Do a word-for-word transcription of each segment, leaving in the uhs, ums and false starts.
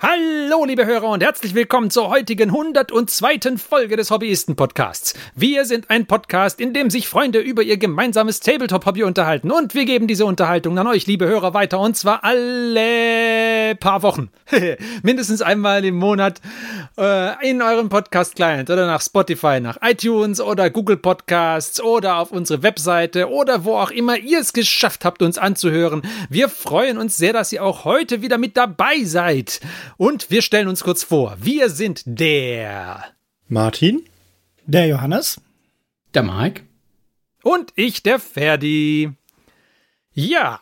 Hallo liebe Hörer und herzlich willkommen zur heutigen hundertzweiten Folge des Hobbyisten-Podcasts. Wir sind ein Podcast, in dem sich Freunde über ihr gemeinsames Tabletop-Hobby unterhalten und wir geben diese Unterhaltung an euch, liebe Hörer, weiter und zwar alle paar Wochen. Mindestens einmal im Monat äh, in eurem Podcast-Client oder nach Spotify, nach iTunes oder Google Podcasts oder auf unsere Webseite oder wo auch immer ihr es geschafft habt, uns anzuhören. Wir freuen uns sehr, dass ihr auch heute wieder mit dabei seid. Und wir stellen uns kurz vor. Wir sind der Martin, der Johannes, der Mike und ich, der Ferdi. Ja,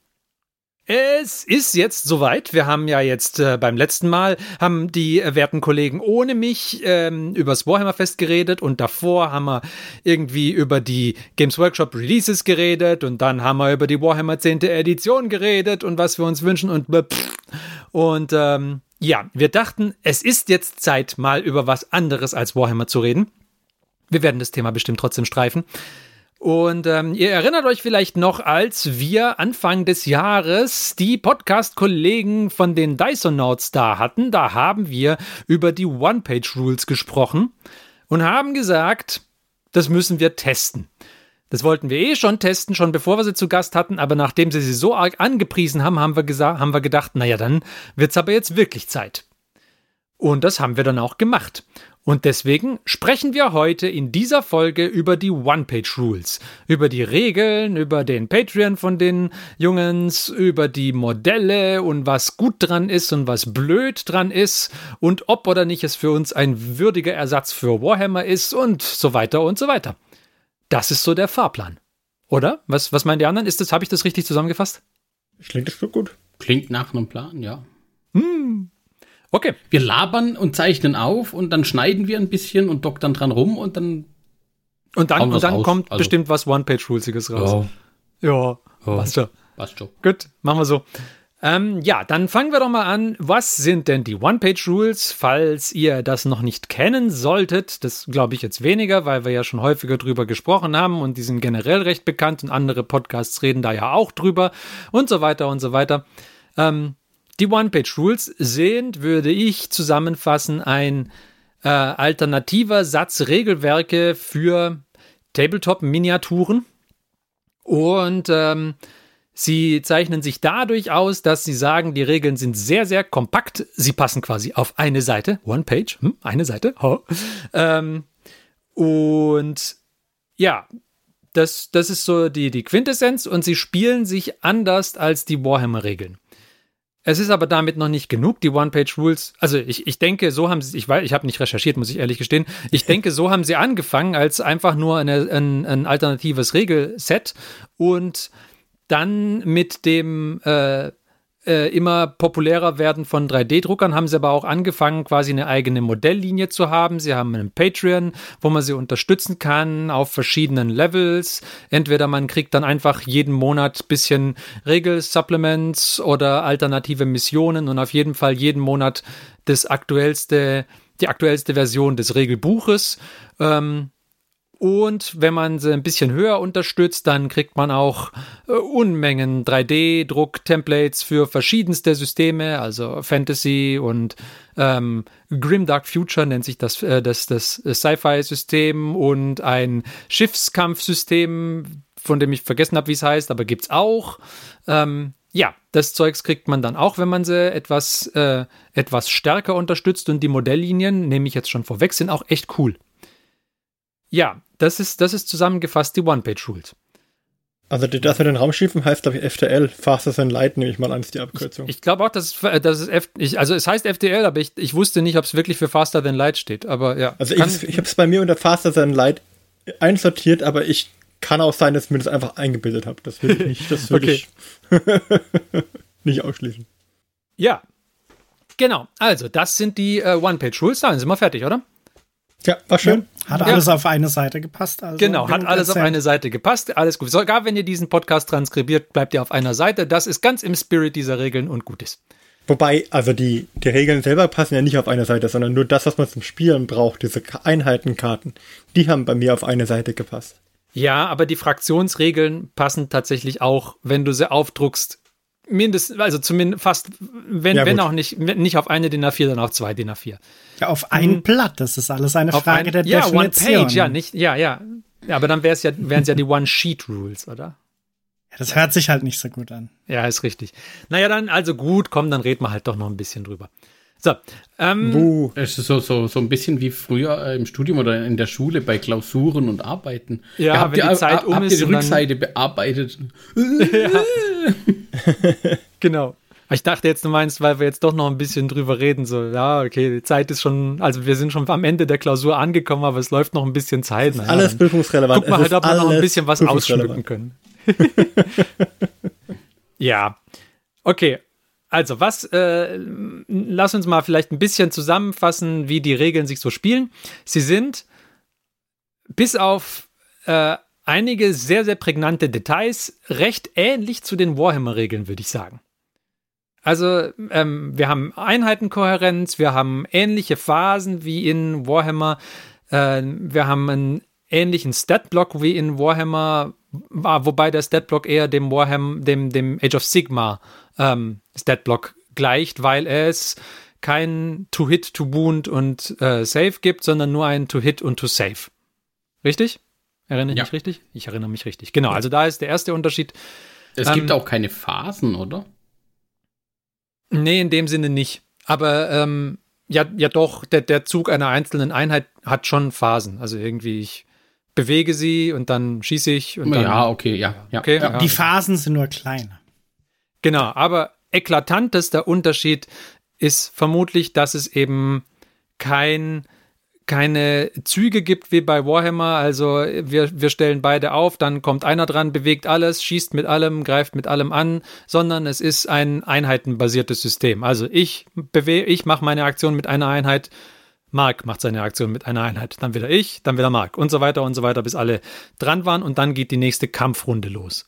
es ist jetzt soweit. Wir haben ja jetzt äh, beim letzten Mal, haben die äh, werten Kollegen ohne mich ähm, übers Warhammer-Fest geredet und davor haben wir irgendwie über die Games Workshop Releases geredet und dann haben wir über die Warhammer zehnte Edition geredet und was wir uns wünschen und pff. Und ähm, ja, wir dachten, es ist jetzt Zeit, mal über was anderes als Warhammer zu reden. Wir werden das Thema bestimmt trotzdem streifen. Und ähm, ihr erinnert euch vielleicht noch, als wir Anfang des Jahres die Podcast-Kollegen von den Dysonauts da hatten, da haben wir über die One-Page-Rules gesprochen und haben gesagt, das müssen wir testen. Das wollten wir eh schon testen, schon bevor wir sie zu Gast hatten, aber nachdem sie sie so arg angepriesen haben, haben wir, gesa- haben wir gedacht, naja, dann wird's aber jetzt wirklich Zeit. Und das haben wir dann auch gemacht. Und deswegen sprechen wir heute in dieser Folge über die One-Page-Rules. Über die Regeln, über den Patreon von den Jungens, über die Modelle und was gut dran ist und was blöd dran ist und ob oder nicht es für uns ein würdiger Ersatz für Warhammer ist und so weiter und so weiter. Das ist so der Fahrplan. Oder? Was, was meinen die anderen? Ist das, habe ich das richtig zusammengefasst? Klingt das so gut? Klingt nach einem Plan, ja. Hm. Okay. Wir labern und zeichnen auf und dann schneiden wir ein bisschen und doktern dran rum und dann Und dann, und dann raus. kommt Also, bestimmt was One-Page-Rulesiges raus. Ja, Ja, ja. passt schon. Passt schon. Gut, machen wir so. Ähm, ja, dann fangen wir doch mal an. Was sind denn die One-Page-Rules, falls ihr das noch nicht kennen solltet? Das glaube ich jetzt weniger, weil wir ja schon häufiger drüber gesprochen haben und die sind generell recht bekannt und andere Podcasts reden da ja auch drüber und so weiter und so weiter. Ähm, die One-Page-Rules sind, würde ich zusammenfassen, ein äh, alternativer Satz Regelwerke für Tabletop-Miniaturen und ähm, sie zeichnen sich dadurch aus, dass sie sagen, die Regeln sind sehr, sehr kompakt. Sie passen quasi auf eine Seite. One Page, hm, eine Seite. Oh. Ähm, und ja, das, das ist so die, die Quintessenz und sie spielen sich anders als die Warhammer-Regeln. Es ist aber damit noch nicht genug, die One-Page-Rules, also ich, ich denke, so haben sie, ich weiß, ich habe nicht recherchiert, muss ich ehrlich gestehen, ich denke, so haben sie angefangen, als einfach nur eine, ein, ein alternatives Regelset und dann mit dem äh, äh, immer populärer werden von drei D-Druckern haben sie aber auch angefangen, quasi eine eigene Modelllinie zu haben. Sie haben einen Patreon, wo man sie unterstützen kann auf verschiedenen Levels. Entweder man kriegt dann einfach jeden Monat ein bisschen Regelsupplements oder alternative Missionen und auf jeden Fall jeden Monat das aktuellste, die aktuellste Version des Regelbuches. Ähm, Und wenn man sie ein bisschen höher unterstützt, dann kriegt man auch äh, Unmengen drei D-Druck-Templates für verschiedenste Systeme, also Fantasy und ähm, Grimdark Future nennt sich das, äh, das, das Sci-Fi-System und ein Schiffskampfsystem, von dem ich vergessen habe, wie es heißt, aber gibt's auch. Ähm, ja, das Zeugs kriegt man dann auch, wenn man sie etwas, äh, etwas stärker unterstützt und die Modelllinien, nehme ich jetzt schon vorweg, sind auch echt cool. Ja, das ist, das ist zusammengefasst die One-Page-Rules. Also das mit den Raumschiffen heißt, glaube ich, F T L, Faster Than Light, nehme ich mal an, ist die Abkürzung. Ich, ich glaube auch, dass es, dass es F, ich, also es heißt F T L, aber ich, ich wusste nicht, ob es wirklich für Faster Than Light steht. Aber ja. Also ich, ich habe es bei mir unter Faster Than Light einsortiert, aber ich kann auch sein, dass ich mir das einfach eingebildet habe. Das will ich nicht, das will okay. ich nicht ausschließen. Ja, genau. Also das sind die äh, One-Page-Rules. Dann sind wir fertig, oder? Ja, war schön. Ja, hat Ja. alles auf eine Seite gepasst. Also Genau, hat alles erzählt. auf eine Seite gepasst. Alles gut. Sogar wenn ihr diesen Podcast transkribiert, bleibt ihr auf einer Seite. Das ist ganz im Spirit dieser Regeln und gut ist. Wobei, also die, die Regeln selber passen ja nicht auf eine Seite, sondern nur das, was man zum Spielen braucht, diese Einheitenkarten, die haben bei mir auf eine Seite gepasst. Ja, aber die Fraktionsregeln passen tatsächlich auch, wenn du sie aufdruckst, mindestens, also zumindest fast, wenn, Ja, wenn gut. auch nicht, wenn nicht auf eine D I N A vier, dann auf zwei D I N A vier. Ja, auf ein Mhm. Blatt, das ist alles eine Auf Frage ein, der ja, Definition. One Page, ja, nicht, ja, ja. Ja, aber dann wär's ja, wären es ja die One-Sheet-Rules, oder? Ja, das hört sich halt nicht so gut an. Ja, ist richtig. Naja, dann, also gut, komm, dann reden wir halt doch noch ein bisschen drüber. So, ähm, Buh. Es ist so, so, so ein bisschen wie früher äh, im Studium oder in der Schule bei Klausuren und Arbeiten. Ja, habt wenn ihr, die Zeit hab- um habt ist ihr die und dann- Rückseite bearbeitet? genau. Ich dachte jetzt, du meinst, weil wir jetzt doch noch ein bisschen drüber reden, so, ja, okay, die Zeit ist schon, also wir sind schon am Ende der Klausur angekommen, aber es läuft noch ein bisschen Zeit. Naja, Alles dann prüfungsrelevant. gucken wir Es halt, ist ob wir noch ein alles bisschen was ausschmücken prüfungsrelevant. können. Ja, okay. Also, was, äh, lass uns mal vielleicht ein bisschen zusammenfassen, wie die Regeln sich so spielen. Sie sind bis auf äh, einige sehr, sehr prägnante Details recht ähnlich zu den Warhammer-Regeln, würde ich sagen. Also, ähm, wir haben Einheitenkohärenz, wir haben ähnliche Phasen wie in Warhammer, äh, wir haben einen ähnlichen Statblock wie in Warhammer, war, wobei der Statblock eher dem Warhammer, dem, dem Age of Sigmar ähm, Statblock gleicht, weil es kein To-Hit, To-Wound und äh, Save gibt, sondern nur ein To-Hit und To-Save. Richtig? Erinnere ich Ja. mich richtig? Ich erinnere mich richtig. Genau, also da ist der erste Unterschied. Es Ähm, gibt auch keine Phasen, oder? Nee, in dem Sinne nicht. Aber ähm, ja, ja doch, der, der Zug einer einzelnen Einheit hat schon Phasen. Also irgendwie, ich bewege sie und dann schieße ich und dann. Ja, okay, ja. ja. Okay, ja. ja. Die Phasen sind nur klein. Genau, aber eklatantester Unterschied ist vermutlich, dass es eben kein, keine Züge gibt wie bei Warhammer. Also wir, wir stellen beide auf, dann kommt einer dran, bewegt alles, schießt mit allem, greift mit allem an, sondern es ist ein einheitenbasiertes System. Also ich bewege, ich mache meine Aktion mit einer Einheit, Mark macht seine Aktion mit einer Einheit, dann wieder ich, dann wieder Mark und so weiter und so weiter, bis alle dran waren und dann geht die nächste Kampfrunde los.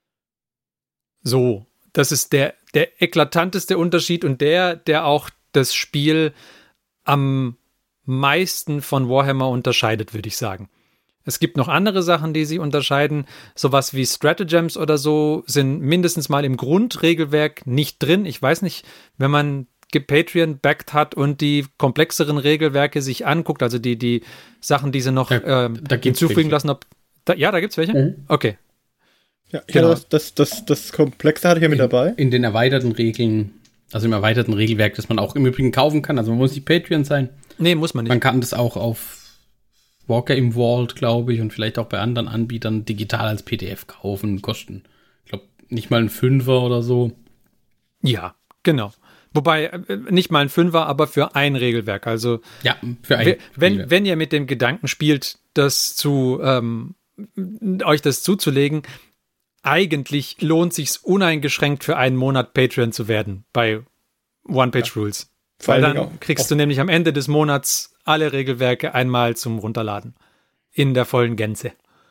So, das ist der, der eklatanteste Unterschied und der, der auch das Spiel am meisten von Warhammer unterscheidet, würde ich sagen. Es gibt noch andere Sachen, die sie unterscheiden. Sowas wie Stratagems oder so sind mindestens mal im Grundregelwerk nicht drin. Ich weiß nicht, wenn man Patreon-backed hat und die komplexeren Regelwerke sich anguckt, also die, die Sachen, die sie noch Da- ähm, da gibt's hinzufügen welche. lassen. Ob, da, ja, da gibt's welche? Mhm. Okay. Ja, ich Genau. hatte das, das, das, das Komplexe hatte ich ja mit dabei. In den erweiterten Regeln, also im erweiterten Regelwerk, das man auch im Übrigen kaufen kann. Also man muss nicht Patreon sein. Nee, muss man nicht. Man kann das auch auf Walker im Vault, glaube ich, und vielleicht auch bei anderen Anbietern digital als P D F kaufen. Kosten, ich glaube, nicht mal ein Fünfer oder so. Ja, genau. Wobei, äh, nicht mal ein Fünfer, aber für ein Regelwerk. Also, Ja, für ein we- wenn, Regelwerk. wenn ihr mit dem Gedanken spielt, das zu, ähm, euch das zuzulegen, eigentlich lohnt sich's uneingeschränkt für einen Monat Patreon zu werden bei One-Page-Rules. Vor Weil allen dann Dingen auch- kriegst auch- du nämlich am Ende des Monats alle Regelwerke einmal zum Runterladen. In der vollen Gänze.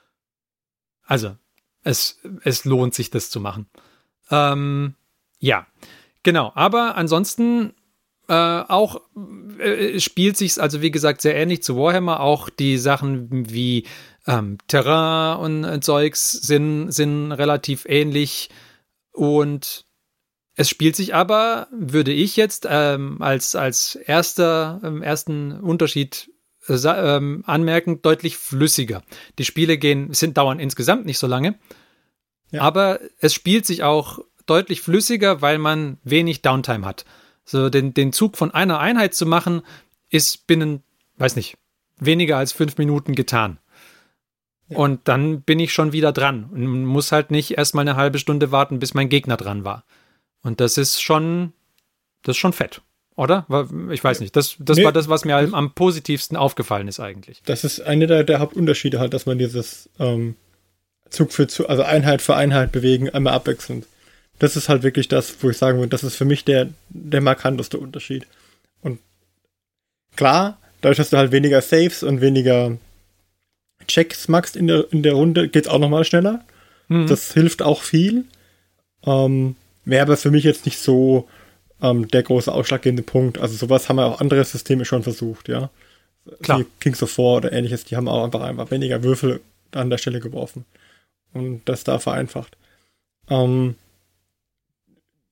Also, es, es lohnt sich, das zu machen. Ähm, ja, genau. Aber ansonsten äh, auch äh, spielt sich's, also wie gesagt, sehr ähnlich zu Warhammer. Auch die Sachen wie ähm, Terrain und äh, Zeugs sind, sind relativ ähnlich. Und es spielt sich aber, würde ich jetzt ähm, als, als erster, ähm, ersten Unterschied äh, sa- ähm, anmerken, deutlich flüssiger. Die Spiele gehen, sind dauern insgesamt nicht so lange, Ja. aber es spielt sich auch deutlich flüssiger, weil man wenig Downtime hat. So den, den Zug von einer Einheit zu machen, ist binnen, weiß nicht, weniger als fünf Minuten getan. Ja. Und dann bin ich schon wieder dran und muss halt nicht erstmal eine halbe Stunde warten, bis mein Gegner dran war. Und das ist schon, das ist schon fett, oder? War- Ich weiß nicht. Das, das Nee. war das, was mir am, am positivsten aufgefallen ist eigentlich. Das ist einer der, der Hauptunterschiede halt, dass man dieses ähm, Zug für Zug, also Einheit für Einheit bewegen, einmal abwechselnd. Das ist halt wirklich das, wo ich sagen würde, das ist für mich der, der markanteste Unterschied. Und klar, dadurch, dass du halt weniger Saves und weniger Checks machst in der, in der Runde, geht's auch nochmal schneller. Mhm. Das hilft auch viel. Ähm, Wäre aber für mich jetzt nicht so ähm, der große ausschlaggebende Punkt. Also sowas haben ja auch andere Systeme schon versucht, ja. Klar. Wie Kings of War oder ähnliches, die haben auch einfach, einfach weniger Würfel an der Stelle geworfen. Und das da vereinfacht. Ähm,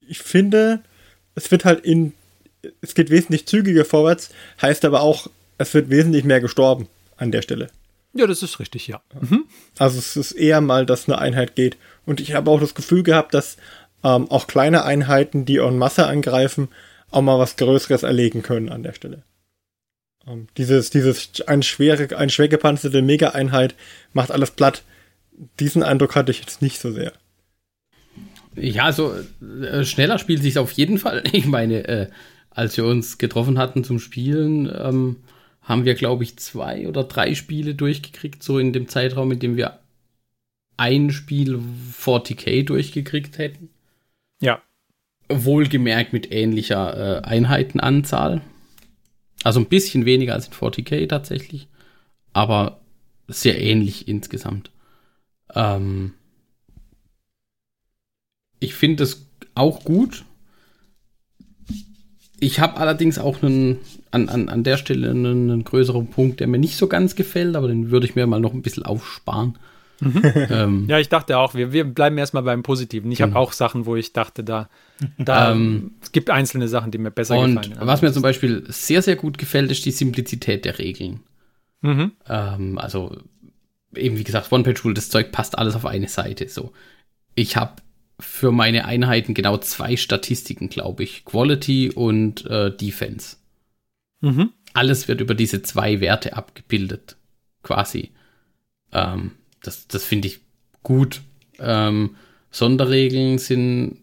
ich finde, es wird halt in, es geht wesentlich zügiger vorwärts, heißt aber auch, es wird wesentlich mehr gestorben an der Stelle. Ja, das ist richtig, ja. Mhm. Also es ist eher mal, dass eine Einheit geht. Und ich habe auch das Gefühl gehabt, dass ähm, auch kleine Einheiten, die en masse angreifen, auch mal was Größeres erlegen können an der Stelle. Ähm, dieses, dieses ein schwere, ein schwer gepanzerte Mega-Einheit macht alles platt. Diesen Eindruck hatte ich jetzt nicht so sehr. Ja, also äh, schneller spielt sich auf jeden Fall. Ich meine, äh, als wir uns getroffen hatten zum Spielen, ähm, haben wir, glaube ich, zwei oder drei Spiele durchgekriegt, so in dem Zeitraum, in dem wir ein Spiel vierzig K durchgekriegt hätten. Ja. Wohlgemerkt mit ähnlicher äh, Einheitenanzahl. Also ein bisschen weniger als in vierzig K tatsächlich, aber sehr ähnlich insgesamt. Ähm ich finde es auch gut. Ich habe allerdings auch einen, an, an, an der Stelle einen, einen größeren Punkt, der mir nicht so ganz gefällt, aber den würde ich mir mal noch ein bisschen aufsparen. Mhm. ähm, ja, ich dachte auch, wir, wir bleiben erstmal beim Positiven. Ich habe genau. auch Sachen, wo ich dachte, da, da ähm, es gibt einzelne Sachen, die mir besser und gefallen. Und was mir zum Beispiel sehr, sehr gut gefällt, ist die Simplizität der Regeln. Mhm. Ähm, also eben wie gesagt, One-Page-Rule, das Zeug passt alles auf eine Seite. So, ich habe für meine Einheiten genau zwei Statistiken, glaube ich. Quality und äh, Defense. Mhm. Alles wird über diese zwei Werte abgebildet, quasi. Ähm, das das finde ich gut. Ähm, Sonderregeln sind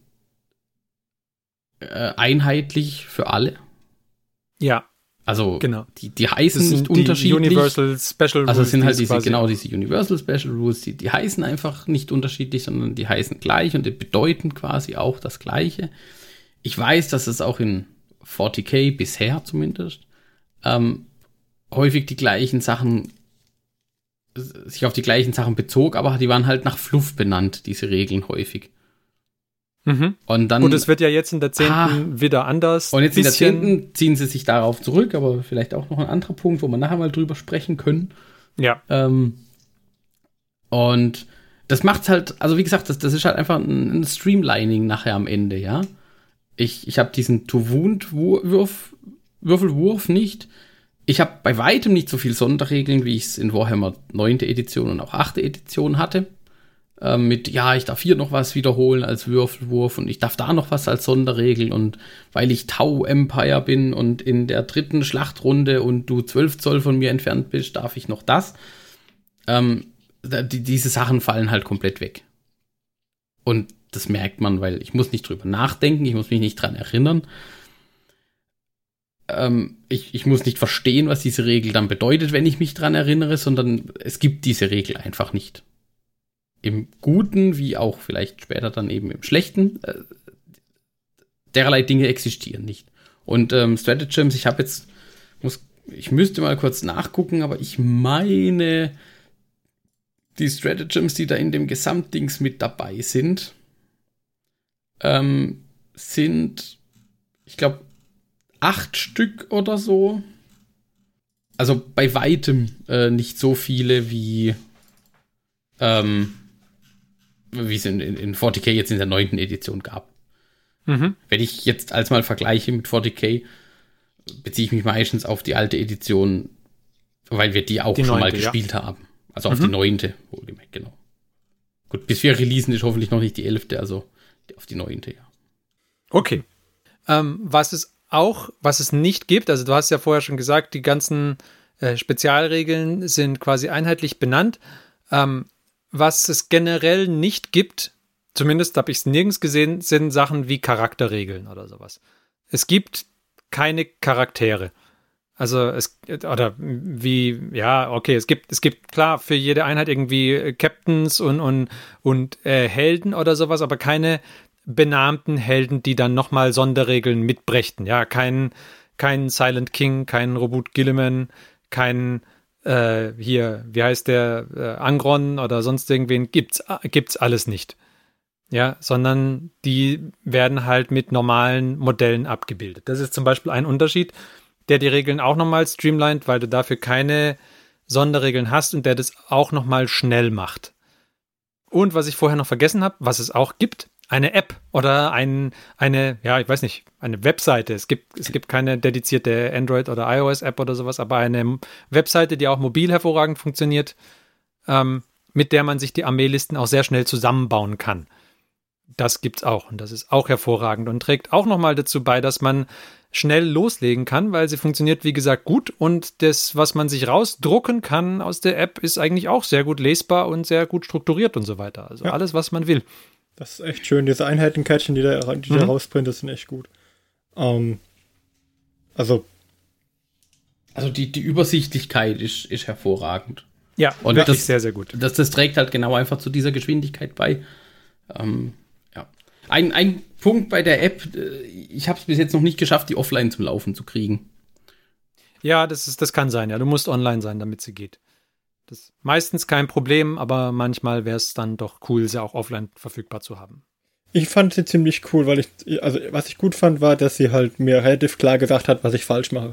äh, einheitlich für alle. Ja. Also, genau. die, die heißen das sind nicht die unterschiedlich. Universal Special Rules. Also es sind halt die diese, quasi genau diese Universal Special Rules, die, die heißen einfach nicht unterschiedlich, sondern die heißen gleich und die bedeuten quasi auch das Gleiche. Ich weiß, dass es auch in vierzig K bisher zumindest ähm, häufig die gleichen Sachen, sich auf die gleichen Sachen bezog, aber die waren halt nach Fluff benannt, diese Regeln häufig. Mhm. Und dann, und es wird ja jetzt in der zehnten ah, wieder anders. Und jetzt in der bisschen. zehnten ziehen sie sich darauf zurück, aber vielleicht auch noch ein anderer Punkt, wo wir nachher mal drüber sprechen können. Ja. Ähm, und das macht's halt, also wie gesagt, das, das ist halt einfach ein, ein Streamlining nachher am Ende, ja. Ich, ich habe diesen To-Wound-Wurf, Würfelwurf nicht. Ich habe bei weitem nicht so viel Sonderregeln, wie ich es in Warhammer neunte Edition und auch achte Edition hatte. Ähm, mit, ja, ich darf hier noch was wiederholen als Würfelwurf und ich darf da noch was als Sonderregel und weil ich Tau Empire bin und in der dritten Schlachtrunde und du zwölf Zoll von mir entfernt bist, darf ich noch das. Ähm, die, diese Sachen fallen halt komplett weg. Und das merkt man, weil ich muss nicht drüber nachdenken, ich muss mich nicht dran erinnern. Ähm, ich, ich muss nicht verstehen, was diese Regel dann bedeutet, wenn ich mich dran erinnere, sondern es gibt diese Regel einfach nicht. Im Guten, wie auch vielleicht später dann eben im Schlechten. Äh, derlei Dinge existieren nicht. Und ähm, Stratagems, ich habe jetzt, muss, ich müsste mal kurz nachgucken, aber ich meine, die Stratagems, die da in dem Gesamtdings mit dabei sind, ähm, sind, ich glaube, acht Stück oder so. Also bei weitem äh, nicht so viele wie ähm, wie es in, in, in vierzig K jetzt in der neunten Edition gab. Mhm. Wenn ich jetzt als mal vergleiche mit vierzig K, beziehe ich mich meistens auf die alte Edition, weil wir die auch die schon neunte, mal gespielt ja. haben. Also auf mhm. die neunte, wohlgemerkt, genau. Gut, bis wir releasen ist hoffentlich noch nicht die elfte, also auf die neunte, ja. Okay. Ähm, was es auch, was es nicht gibt, also du hast ja vorher schon gesagt, die ganzen äh, Spezialregeln sind quasi einheitlich benannt. Ähm, Was es generell nicht gibt, zumindest habe ich es nirgends gesehen, sind Sachen wie Charakterregeln oder sowas. Es gibt keine Charaktere. Also es, oder wie, ja, okay, es gibt, es gibt klar für jede Einheit irgendwie Captains und, und, und äh, Helden oder sowas, aber keine benannten Helden, die dann nochmal Sonderregeln mitbrächten. Ja, kein, kein Silent King, kein Robot Gilliman, kein Äh, hier, wie heißt der, äh, Angron oder sonst irgendwen, gibt's, gibt's alles nicht. Ja, sondern die werden halt mit normalen Modellen abgebildet. Das ist zum Beispiel ein Unterschied, der die Regeln auch nochmal streamlined, weil du dafür keine Sonderregeln hast und der das auch nochmal schnell macht. Und was ich vorher noch vergessen habe, was es auch gibt, eine App oder ein, eine, ja, ich weiß nicht, eine Webseite. Es gibt, es gibt keine dedizierte Android- oder iOS-App oder sowas, aber eine Webseite, die auch mobil hervorragend funktioniert, ähm, mit der man sich die Armeelisten auch sehr schnell zusammenbauen kann. Das gibt's auch und das ist auch hervorragend und trägt auch nochmal dazu bei, dass man schnell loslegen kann, weil sie funktioniert, wie gesagt, gut und das, was man sich rausdrucken kann aus der App, ist eigentlich auch sehr gut lesbar und sehr gut strukturiert und so weiter. Also ja. alles, was man will. Das ist echt schön. Diese Einheitenkärtchen, die der, die der Mhm. rausbringt, das sind echt gut. Ähm, also Also die, die Übersichtlichkeit ist, ist hervorragend. Ja, Und wirklich das- sehr, sehr gut. Das, das trägt halt genau einfach zu dieser Geschwindigkeit bei. Ähm, ja. Ein, ein Punkt bei der App, äh, ich habe es bis jetzt noch nicht geschafft, die offline zum Laufen zu kriegen. Ja, das ist, das kann sein, ja. Du musst online sein, damit sie geht. Das ist meistens kein Problem, aber manchmal wäre es dann doch cool, sie auch offline verfügbar zu haben. ich fand sie ziemlich cool, weil ich, also was ich gut fand, war, dass sie halt mir relativ klar gesagt hat, was ich falsch mache.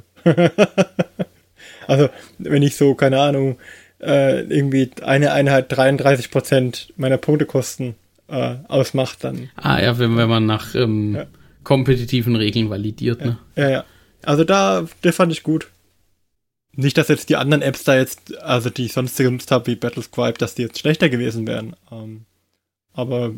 Also wenn ich so, keine Ahnung, äh, irgendwie eine Einheit dreiunddreißig Prozent meiner Punktekosten äh, ausmacht, dann Ah ja, wenn, wenn man nach ähm, Ja. kompetitiven Regeln validiert, ne? ja, ja. Also da, das fand ich gut. Nicht, dass jetzt die anderen Apps da jetzt, also die ich sonst genutzt habe, wie Battlescribe, dass die jetzt schlechter gewesen wären. Ähm, aber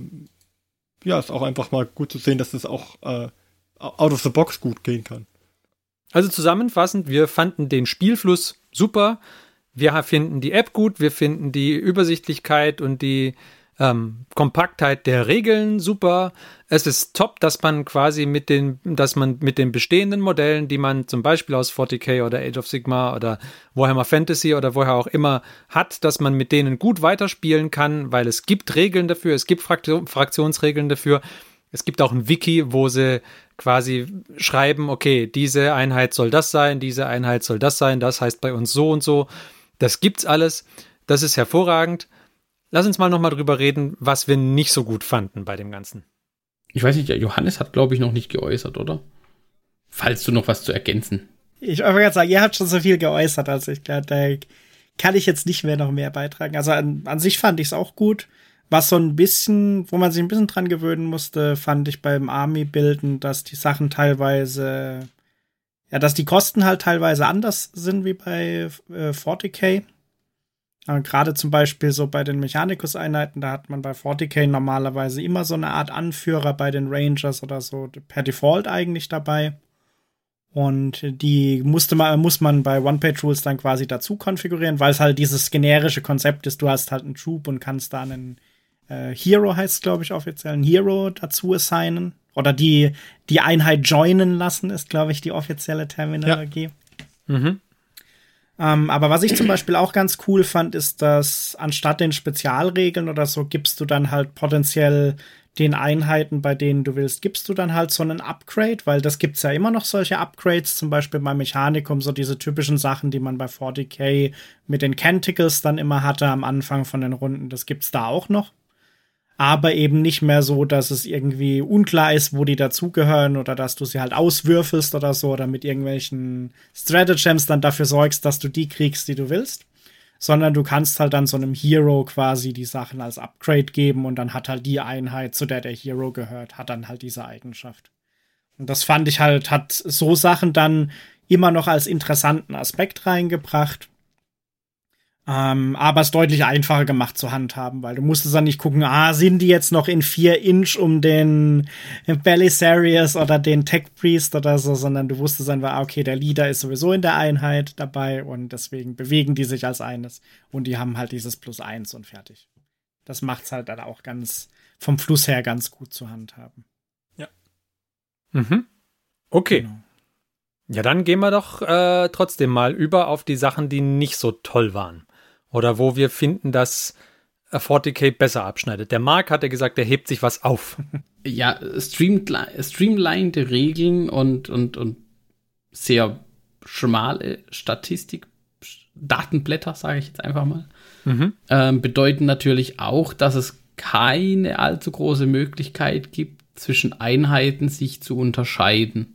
ja, ist auch einfach mal gut zu sehen, dass das auch äh, out of the box gut gehen kann. Also zusammenfassend, wir fanden den Spielfluss super, wir finden die App gut, wir finden die Übersichtlichkeit und die ähm, Kompaktheit der Regeln super. Es ist top, dass man quasi mit den, dass man mit den bestehenden Modellen, die man zum Beispiel aus vierzig K oder Age of Sigmar oder Warhammer Fantasy oder woher auch immer hat, dass man mit denen gut weiterspielen kann, weil es gibt Regeln dafür, es gibt Fraktion, Fraktionsregeln dafür. Es gibt auch ein Wiki, wo sie quasi schreiben, okay, diese Einheit soll das sein, diese Einheit soll das sein, das heißt bei uns so und so. Das gibt's alles. Das ist hervorragend. Lass uns mal nochmal drüber reden, was wir nicht so gut fanden bei dem Ganzen. Ich weiß nicht, der Johannes hat, glaube ich, noch nicht geäußert, oder? Falls du noch was zu ergänzen. Ich wollte gerade sagen, ihr habt schon so viel geäußert, also ich glaube, da kann ich jetzt nicht mehr noch mehr beitragen. Also an, an sich fand ich es auch gut. Was so ein bisschen, wo man sich ein bisschen dran gewöhnen musste, fand ich beim Army-Bilden, dass die Sachen teilweise, ja, dass die Kosten halt teilweise anders sind wie bei äh, vierzig K. Äh, Gerade zum Beispiel so bei den Mechanicus-Einheiten, da hat man bei vierzig K normalerweise immer so eine Art Anführer bei den Rangers oder so, per Default eigentlich dabei. Und die musste man, muss man bei One-Page-Rules dann quasi dazu konfigurieren, weil es halt dieses generische Konzept ist, du hast halt einen Troop und kannst da einen äh, Hero, heißt es glaube ich offiziell, einen Hero dazu assignen. Oder die, die Einheit joinen lassen, ist glaube ich die offizielle Terminologie. Ja. Mhm. Ähm, aber was ich zum Beispiel auch ganz cool fand, ist, dass anstatt den Spezialregeln oder so, gibst du dann halt potenziell den Einheiten, bei denen du willst, gibst du dann halt so einen Upgrade, weil das gibt's ja immer noch solche Upgrades, zum Beispiel bei Mechanicum, so diese typischen Sachen, die man bei vierzig K mit den Canticles dann immer hatte am Anfang von den Runden, das gibt's da auch noch. Aber eben nicht mehr so, dass es irgendwie unklar ist, wo die dazugehören oder dass du sie halt auswürfelst oder so oder mit irgendwelchen Stratagems dann dafür sorgst, dass du die kriegst, die du willst. Sondern du kannst halt dann so einem Hero quasi die Sachen als Upgrade geben und dann hat halt die Einheit, zu der der Hero gehört, hat dann halt diese Eigenschaft. Und das fand ich halt, hat so Sachen dann immer noch als interessanten Aspekt reingebracht. Ähm, aber es deutlich einfacher gemacht zu handhaben, weil du musstest dann nicht gucken, ah, sind die jetzt noch in vier Inch um den Belisarius oder den Tech Priest oder so, sondern du wusstest einfach, okay, der Leader ist sowieso in der Einheit dabei und deswegen bewegen die sich als eines und die haben halt dieses Plus eins und fertig. Das macht's halt dann auch ganz, vom Fluss her ganz gut zu handhaben. Mhm. Okay. Genau. Ja, dann gehen wir doch äh, trotzdem mal über auf die Sachen, die nicht so toll waren. Oder wo wir finden, dass vierzig K besser abschneidet. Der Marc hatte gesagt, der hebt sich was auf. Ja, streamli- streamlinede Regeln und, und, und sehr schmale Statistik, Datenblätter, sage ich jetzt einfach mal, Mhm. ähm, bedeuten natürlich auch, dass es keine allzu große Möglichkeit gibt, zwischen Einheiten sich zu unterscheiden.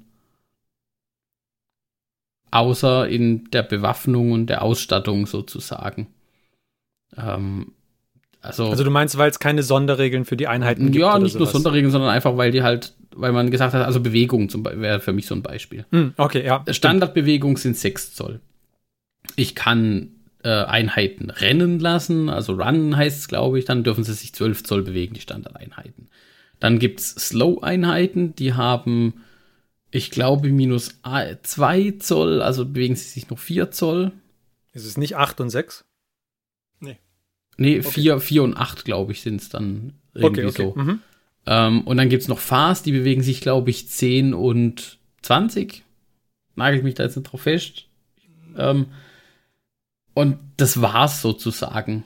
Außer in der Bewaffnung und der Ausstattung sozusagen. Ähm, Also, also du meinst, weil es keine Sonderregeln für die Einheiten gibt? Ja, oder nicht sowas? nur Sonderregeln, sondern einfach, weil die halt, weil man gesagt hat, also Bewegung zum Beispiel wäre für mich so ein Beispiel. Hm, okay, ja. Standardbewegung sind sechs Zoll. Ich kann äh, Einheiten rennen lassen, also Run heißt es, glaube ich, dann dürfen sie sich zwölf Zoll bewegen, die Standardeinheiten. Dann gibt es Slow-Einheiten, die haben, ich glaube, minus zwei Zoll, also bewegen sie sich noch vier Zoll. Ist es nicht acht und sechs? Nee, Okay. vier, vier und acht, glaube ich, sind es dann irgendwie Okay, okay. so. Mhm. Ähm, und dann gibt es noch Fast, die bewegen sich, glaube ich, zehn und zwanzig. Nagel ich mich da jetzt nicht drauf fest. Ähm, und das war's sozusagen.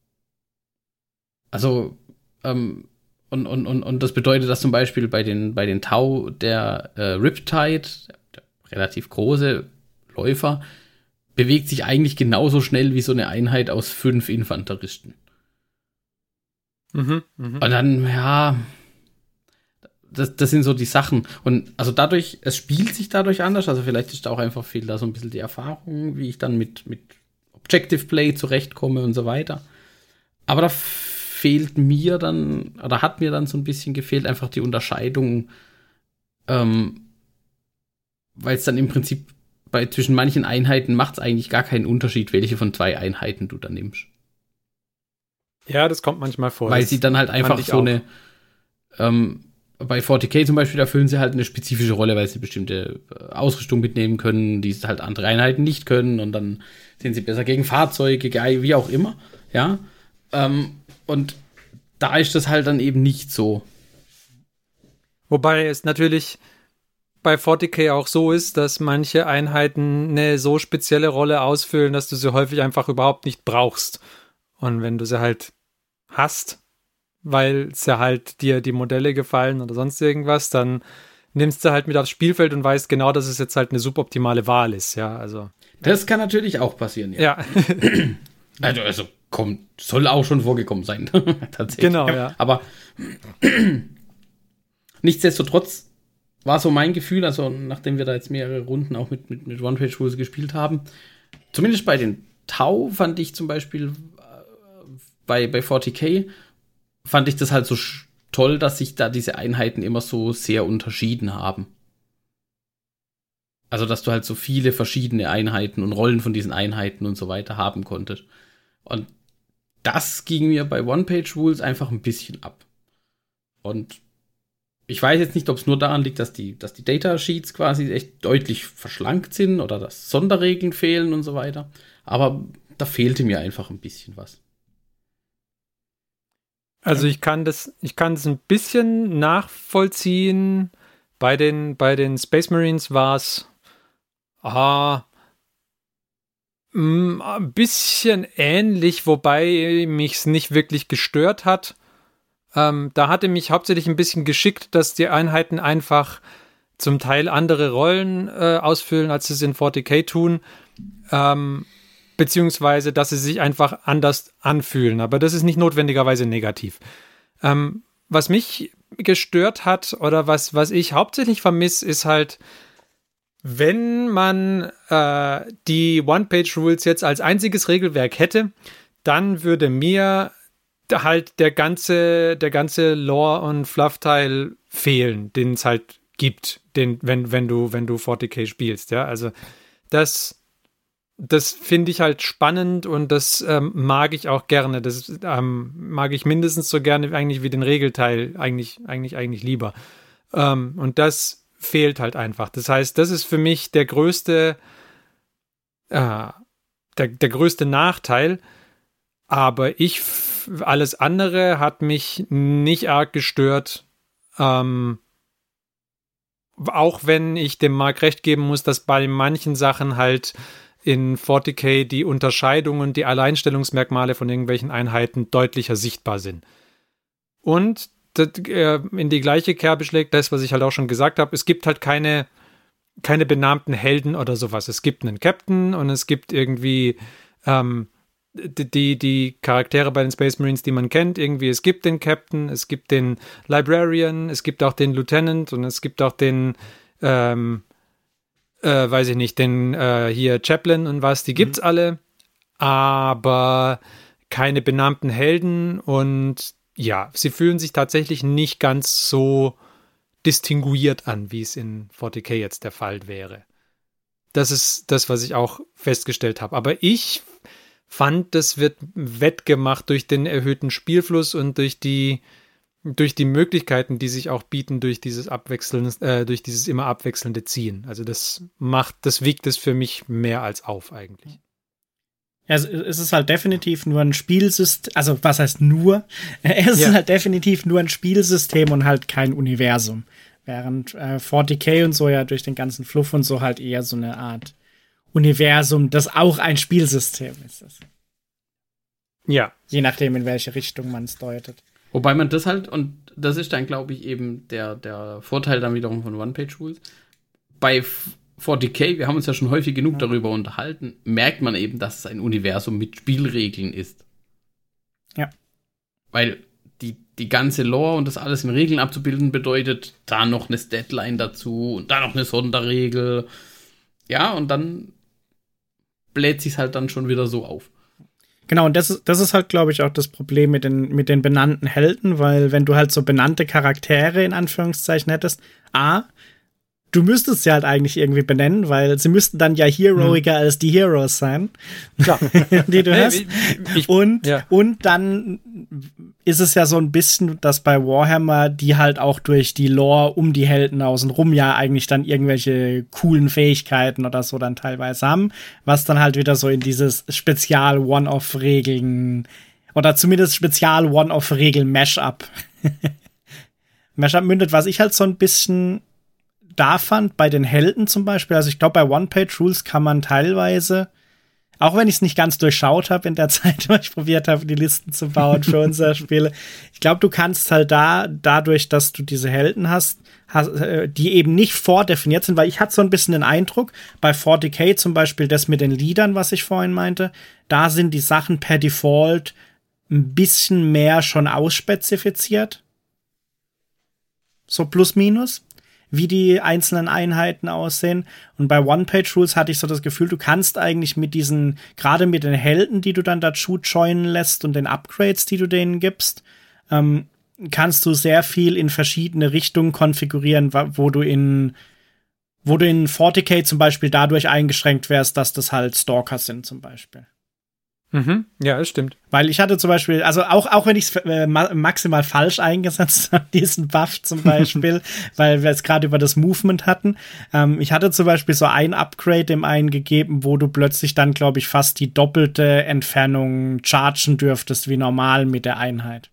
Also, ähm, und, und, und, und das bedeutet, dass zum Beispiel bei den, bei den Tau der äh, Riptide, der relativ große Läufer, bewegt sich eigentlich genauso schnell wie so eine Einheit aus fünf Infanteristen. Mhm, mhm. Und dann, ja, das, das sind so die Sachen. Und also dadurch, es spielt sich dadurch anders. Also vielleicht ist da auch einfach viel da so ein bisschen die Erfahrung, wie ich dann mit, mit Objective Play zurechtkomme und so weiter. Aber da fehlt mir dann, oder hat mir dann so ein bisschen gefehlt, einfach die Unterscheidung, ähm, weil es dann im Prinzip bei zwischen manchen Einheiten macht es eigentlich gar keinen Unterschied, welche von zwei Einheiten du da nimmst. Ja, das kommt manchmal vor. Weil Das sie dann halt fand einfach ich so auch. eine, ähm, bei forty K zum Beispiel erfüllen sie halt eine spezifische Rolle, weil sie bestimmte äh, Ausrüstung mitnehmen können, die halt andere Einheiten nicht können, und dann sind sie besser gegen Fahrzeuge, ge- wie auch immer, ja. Ähm, und da ist das halt dann eben nicht so. Wobei es natürlich bei forty K auch so ist, dass manche Einheiten eine so spezielle Rolle ausfüllen, dass du sie häufig einfach überhaupt nicht brauchst. Und wenn du sie halt hast, weil es ja halt dir die Modelle gefallen oder sonst irgendwas, dann nimmst du halt mit aufs Spielfeld und weißt genau, dass es jetzt halt eine suboptimale Wahl ist, ja, also. Das kann natürlich auch passieren, ja. Ja, Also, also kommt, soll auch schon vorgekommen sein. Tatsächlich. genau, ja. Aber nichtsdestotrotz war so mein Gefühl, also nachdem wir da jetzt mehrere Runden auch mit, mit, mit One-Page-Rules gespielt haben, zumindest bei den Tau fand ich zum Beispiel äh, bei, bei forty K fand ich das halt so sch- toll, dass sich da diese Einheiten immer so sehr unterschieden haben. Also, dass du halt so viele verschiedene Einheiten und Rollen von diesen Einheiten und so weiter haben konntest. Und das ging mir bei One-Page-Rules einfach ein bisschen ab. Und ich weiß jetzt nicht, ob es nur daran liegt, dass die, dass die Datasheets quasi echt deutlich verschlankt sind oder dass Sonderregeln fehlen und so weiter. Aber da fehlte mir einfach ein bisschen was. Also ich kann das, ich kann es ein bisschen nachvollziehen. Bei den, bei den Space Marines war es ah, mm, ein bisschen ähnlich, wobei mich es nicht wirklich gestört hat. Ähm, da hatte mich hauptsächlich ein bisschen geschickt, dass die Einheiten einfach zum Teil andere Rollen äh, ausfüllen, als sie es in forty K tun. Ähm, beziehungsweise, dass sie sich einfach anders anfühlen. Aber das ist nicht notwendigerweise negativ. Ähm, was mich gestört hat oder was, was ich hauptsächlich vermisse, ist halt, wenn man äh, die One-Page-Rules jetzt als einziges Regelwerk hätte, dann würde mir halt der ganze, der ganze Lore- und Fluff-Teil fehlen, den es halt gibt, den, wenn, wenn du, wenn du forty K spielst, ja. Also das, das finde ich halt spannend und das ähm, mag ich auch gerne. Das ähm, mag ich mindestens so gerne eigentlich wie den Regelteil, eigentlich, eigentlich, eigentlich lieber. Ähm, und das fehlt halt einfach. Das heißt, das ist für mich der größte, äh, der, der größte Nachteil. Aber ich, alles andere hat mich nicht arg gestört. Ähm, auch wenn ich dem Marc recht geben muss, dass bei manchen Sachen halt in forty K die Unterscheidungen, die Alleinstellungsmerkmale von irgendwelchen Einheiten deutlicher sichtbar sind. Und das, äh, in die gleiche Kerbe schlägt das, was ich halt auch schon gesagt habe. Es gibt halt keine, keine benannten Helden oder sowas. Es gibt einen Captain und es gibt irgendwie ähm, die, die Charaktere bei den Space Marines, die man kennt. Irgendwie, es gibt den Captain, es gibt den Librarian, es gibt auch den Lieutenant und es gibt auch den ähm, Äh, weiß ich nicht, den äh, hier Chaplain und was, die gibt's mhm. alle, aber keine benannten Helden und ja, sie fühlen sich tatsächlich nicht ganz so distinguiert an, wie es in forty K jetzt der Fall wäre. Das ist das, was ich auch festgestellt habe. Aber ich fand, das wird wettgemacht durch den erhöhten Spielfluss und durch die, durch die Möglichkeiten, die sich auch bieten durch dieses Abwechseln, äh, durch dieses immer abwechselnde Ziehen. Also das macht, das wiegt es für mich mehr als auf eigentlich. Ja, es ist halt definitiv nur ein Spielsystem, also was heißt nur? Es Ja. ist halt definitiv nur ein Spielsystem und halt kein Universum. Während äh, forty K und so ja durch den ganzen Fluff und so halt eher so eine Art Universum, das auch ein Spielsystem ist. Das. Ja. Je nachdem, in welche Richtung man es deutet. Wobei man das halt, und das ist dann, glaube ich, eben der, der Vorteil dann wiederum von One-Page-Rules. Bei forty K, wir haben uns ja schon häufig genug ja. darüber unterhalten, merkt man eben, dass es ein Universum mit Spielregeln ist. Ja. Weil die, die ganze Lore und das alles in Regeln abzubilden bedeutet, da noch eine Statline dazu und da noch eine Sonderregel. Ja, und dann bläht sich's halt dann schon wieder so auf. Genau, und das ist, das ist halt, glaube ich, auch das Problem mit den, mit den benannten Helden, weil wenn du halt so benannte Charaktere in Anführungszeichen hättest, A, du müsstest sie halt eigentlich irgendwie benennen, weil sie müssten dann ja heroiger hm. als die Heroes sein, ja. die du hast. Ich, ich, und, ja. und dann ist es ja so ein bisschen, dass bei Warhammer die halt auch durch die Lore um die Helden außenrum ja eigentlich dann irgendwelche coolen Fähigkeiten oder so dann teilweise haben, was dann halt wieder so in dieses Spezial-One-Off-Regeln oder zumindest Spezial-One-Off-Regeln-Mashup Mashup mündet, was ich halt so ein bisschen da fand, bei den Helden zum Beispiel, also ich glaube, bei One-Page-Rules kann man teilweise, auch wenn ich es nicht ganz durchschaut habe in der Zeit, wo ich probiert habe, die Listen zu bauen für unser Spiel, ich glaube, du kannst halt da, dadurch, dass du diese Helden hast, hast äh, die eben nicht vordefiniert sind, weil ich hatte so ein bisschen den Eindruck, bei forty K zum Beispiel das mit den Liedern, was ich vorhin meinte, da sind die Sachen per Default ein bisschen mehr schon ausspezifiziert. So plus minus, wie die einzelnen Einheiten aussehen. Und bei One-Page-Rules hatte ich so das Gefühl, du kannst eigentlich mit diesen, gerade mit den Helden, die du dann dazu joinen lässt und den Upgrades, die du denen gibst, ähm, kannst du sehr viel in verschiedene Richtungen konfigurieren, wo du in wo du in forty K zum Beispiel dadurch eingeschränkt wärst, dass das halt Stalker sind zum Beispiel. Mhm. Ja, das stimmt. Weil ich hatte zum Beispiel, also auch, auch wenn ich es äh, ma- maximal falsch eingesetzt habe, diesen Buff zum Beispiel, weil wir es gerade über das Movement hatten. Ähm, ich hatte zum Beispiel so ein Upgrade dem einen gegeben, wo du plötzlich dann, glaube ich, fast die doppelte Entfernung chargen dürftest wie normal mit der Einheit.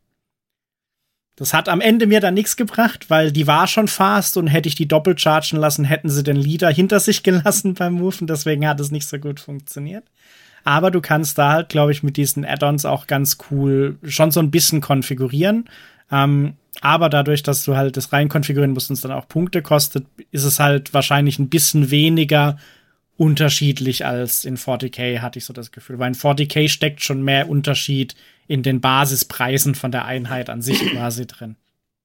Das hat am Ende mir dann nichts gebracht, weil die war schon fast und hätte ich die doppelt chargen lassen, hätten sie den Leader hinter sich gelassen beim Moven, deswegen hat es nicht so gut funktioniert. Aber du kannst da halt, glaube ich, mit diesen Add-ons auch ganz cool schon so ein bisschen konfigurieren. Ähm, aber dadurch, dass du halt das rein konfigurieren musst und es dann auch Punkte kostet, ist es halt wahrscheinlich ein bisschen weniger unterschiedlich als in forty K, hatte ich so das Gefühl. Weil in forty K steckt schon mehr Unterschied in den Basispreisen von der Einheit an sich quasi drin.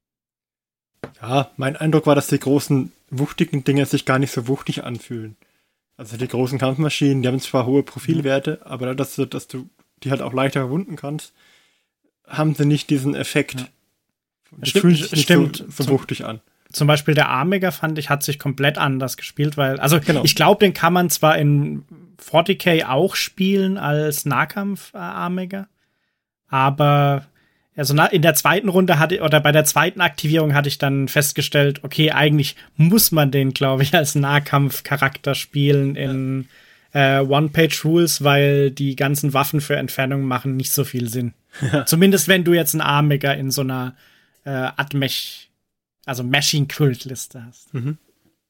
Ja, mein Eindruck war, dass die großen, wuchtigen Dinge sich gar nicht so wuchtig anfühlen. Also die großen Kampfmaschinen, die haben zwar hohe Profilwerte, mhm. aber dass du, dass du die halt auch leichter verwunden kannst, haben sie nicht diesen Effekt. Ja. Die Stimmt, fühlen sich nicht stimmt. so, so wuchtig an. Zum Beispiel der Armiger, fand ich, hat sich komplett anders gespielt, weil, also genau. ich glaube, den kann man zwar in forty K auch spielen als Nahkampf-Armiger, aber also in der zweiten Runde hatte, oder bei der zweiten Aktivierung hatte ich dann festgestellt, okay, eigentlich muss man den, glaube ich, als Nahkampfcharakter spielen in ja. äh, One-Page-Rules, weil die ganzen Waffen für Entfernung machen nicht so viel Sinn. Ja. Zumindest wenn du jetzt einen Armiger in so einer äh, Admech, also Mashing-Kult-Liste hast. Mhm.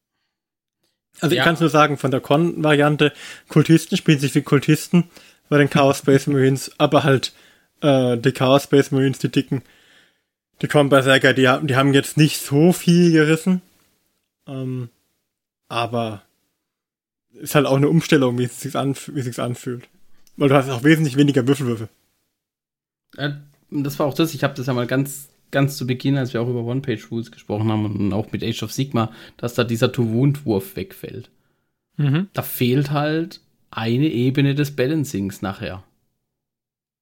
Also ja. ich kann es nur sagen, von der Con-Variante, Kultisten spielen sich wie Kultisten bei den Chaos Space Marines, aber halt Uh, die Chaos Space Marines, die dicken, die Comberserker, die haben, die haben jetzt nicht so viel gerissen. Um, aber ist halt auch eine Umstellung, wie es sich anf- wie es sich anfühlt. Weil du hast auch wesentlich weniger Würfelwürfe. Äh, das war auch das, ich habe das ja mal ganz, ganz zu Beginn, als wir auch über One-Page-Rules gesprochen haben und auch mit Age of Sigmar, dass da dieser To-Wound-Wurf wegfällt. Mhm. Da fehlt halt eine Ebene des Balancings nachher.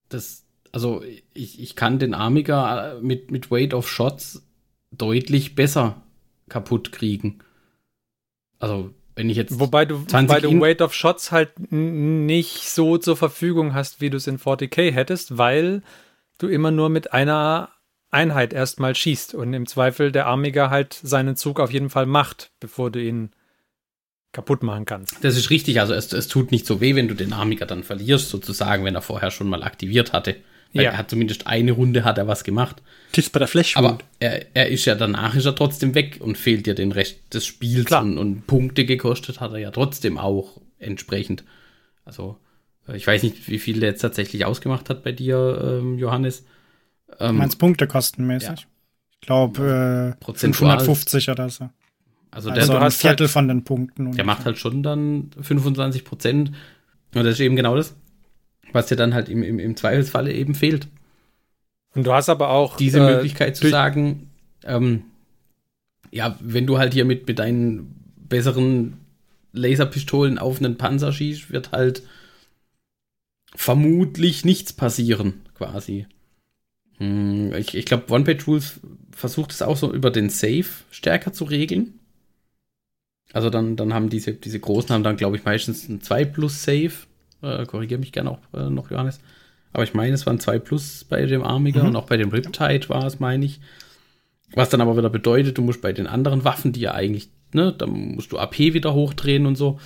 das, also ich, ich kann den Amiga mit, mit Weight of Shots deutlich besser kaputt kriegen. Also, wenn ich jetzt. Wobei du, wobei du Weight of Shots halt n- nicht so zur Verfügung hast, wie du es in vierzig K hättest, weil du immer nur mit einer Einheit erstmal schießt und im Zweifel der Amiga halt seinen Zug auf jeden Fall macht, bevor du ihn kaputt machen kannst. Das ist richtig, also es, es tut nicht so weh, wenn du den Amiga dann verlierst, sozusagen, wenn er vorher schon mal aktiviert hatte. Weil Ja. er hat zumindest eine Runde hat er was gemacht. Das ist bei der Flash. Aber er, er ist ja danach ist er trotzdem weg und fehlt dir den Rest des Spiels und, und Punkte gekostet hat er ja trotzdem auch entsprechend. Also ich weiß nicht, wie viel der jetzt tatsächlich ausgemacht hat bei dir, ähm, Johannes. Ähm, Du meinst Punkte kostenmäßig? Ja. Ich glaube äh, Prozentual. fünfhundertfünfzig oder so. Also der, Also du ein hast Viertel halt- von den Punkten. der macht halt schon dann fünfundzwanzig Prozent. Und das ist eben genau das, was dir dann halt im, im, im Zweifelsfalle eben fehlt. Und du hast aber auch Diese äh, Möglichkeit zu durch- sagen, ähm, ja, wenn du halt hier mit, mit deinen besseren Laserpistolen auf einen Panzer schießt, wird halt vermutlich nichts passieren, quasi. Hm, ich ich glaube, One-Page-Rules versucht es auch so über den Save stärker zu regeln. Also dann, dann haben diese, diese Großen haben dann, glaube ich, meistens ein zwei plus Save. Äh, Korrigiere mich gerne auch äh, noch, Johannes. Aber ich meine, es waren zwei plus bei dem Amiga Mhm. und auch bei dem Riptide war es, meine ich. Was dann aber wieder bedeutet, du musst bei den anderen Waffen, die ja eigentlich, ne, da musst du A P wieder hochdrehen und so.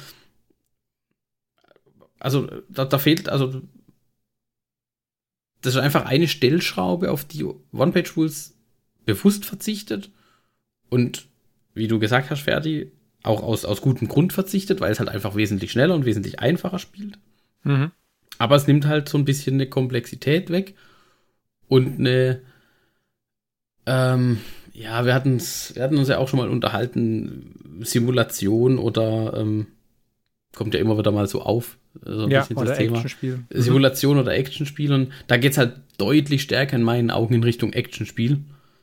Also da, da fehlt, also das ist einfach eine Stellschraube, auf die One-Page-Rules bewusst verzichtet und, wie du gesagt hast, Ferdi, auch aus, aus gutem Grund verzichtet, weil es halt einfach wesentlich schneller und wesentlich einfacher spielt. Mhm. Aber es nimmt halt so ein bisschen eine Komplexität weg und eine, ähm, ja, wir hatten wir hatten uns ja auch schon mal unterhalten, Simulation oder, ähm, kommt ja immer wieder mal so auf, so ein ja, bisschen oder das Thema. Actionspiel. Simulation oder Actionspiel und da geht's halt deutlich stärker in meinen Augen in Richtung Actionspiel.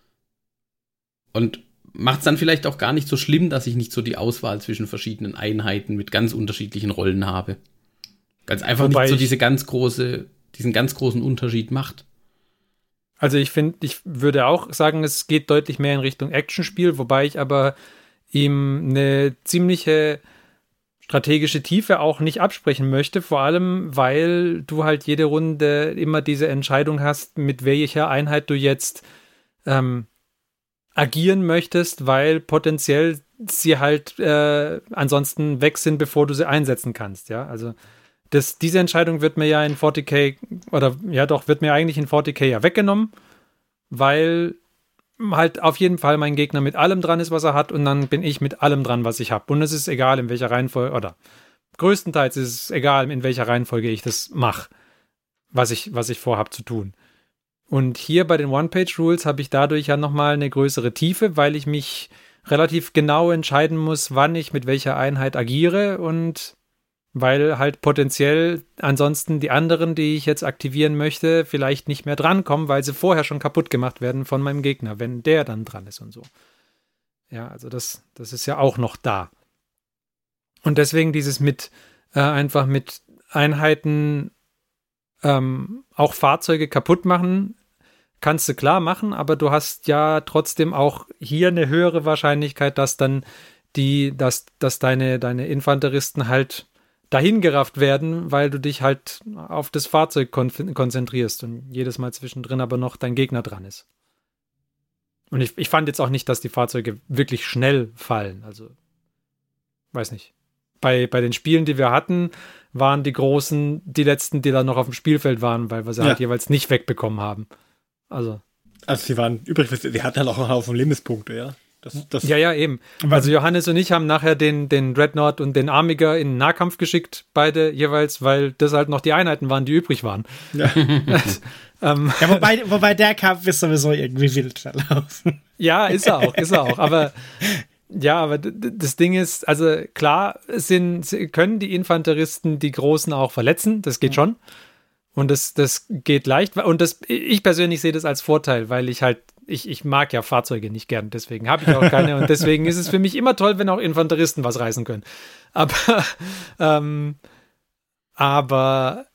Und macht's dann vielleicht auch gar nicht so schlimm, dass ich nicht so die Auswahl zwischen verschiedenen Einheiten mit ganz unterschiedlichen Rollen habe. Ganz einfach Wobei nicht so ich- diese ganz große, diesen ganz großen Unterschied macht. Also ich finde, ich würde auch sagen, es geht deutlich mehr in Richtung Actionspiel, wobei ich aber ihm eine ziemliche strategische Tiefe auch nicht absprechen möchte, vor allem, weil du halt jede Runde immer diese Entscheidung hast, mit welcher Einheit du jetzt ähm, agieren möchtest, weil potenziell sie halt äh, ansonsten weg sind, bevor du sie einsetzen kannst, ja, also Das, diese Entscheidung wird mir ja in vierzig K, oder ja doch, wird mir eigentlich in vierzig K ja weggenommen, weil halt auf jeden Fall mein Gegner mit allem dran ist, was er hat, und dann bin ich mit allem dran, was ich habe. Und es ist egal, in welcher Reihenfolge, oder größtenteils ist es egal, in welcher Reihenfolge ich das mache, was ich, was ich vorhabe zu tun. Und hier bei den One-Page-Rules habe ich dadurch ja nochmal eine größere Tiefe, weil ich mich relativ genau entscheiden muss, wann ich mit welcher Einheit agiere, und weil halt potenziell ansonsten die anderen, die ich jetzt aktivieren möchte, vielleicht nicht mehr drankommen, weil sie vorher schon kaputt gemacht werden von meinem Gegner, wenn der dann dran ist und so. Ja, also das, das ist ja auch noch da. Und deswegen dieses mit, äh, einfach mit Einheiten ähm, auch Fahrzeuge kaputt machen, kannst du klar machen, aber du hast ja trotzdem auch hier eine höhere Wahrscheinlichkeit, dass dann die, dass, dass deine, deine Infanteristen halt dahin gerafft werden, weil du dich halt auf das Fahrzeug kon- konzentrierst und jedes Mal zwischendrin aber noch dein Gegner dran ist. Und ich, ich fand jetzt auch nicht, dass die Fahrzeuge wirklich schnell fallen. Also, weiß nicht. Bei, bei den Spielen, die wir hatten, waren die Großen die letzten, die dann noch auf dem Spielfeld waren, weil wir sie Ja. halt jeweils nicht wegbekommen haben. Also. Also sie waren übrig, sie hatten halt auch einen Haufen Lebenspunkte, ja. Das, das Ja, ja, eben. Also Johannes und ich haben nachher den, den Dreadnought und den Amiga in den Nahkampf geschickt, beide jeweils, weil das halt noch die Einheiten waren, die übrig waren. Ja. ähm, Ja, wobei, wobei der Kampf ist sowieso irgendwie wild verlaufen. ja, ist er auch, ist er auch. Aber ja, aber d- d- das Ding ist, also klar sind, können die Infanteristen die Großen auch verletzen, das geht schon. Und das, das geht leicht. Und das, ich persönlich sehe das als Vorteil, weil ich halt, ich, ich mag ja Fahrzeuge nicht gern, deswegen habe ich auch keine. Und deswegen ist es für mich immer toll, wenn auch Infanteristen was reißen können. Aber, ähm, aber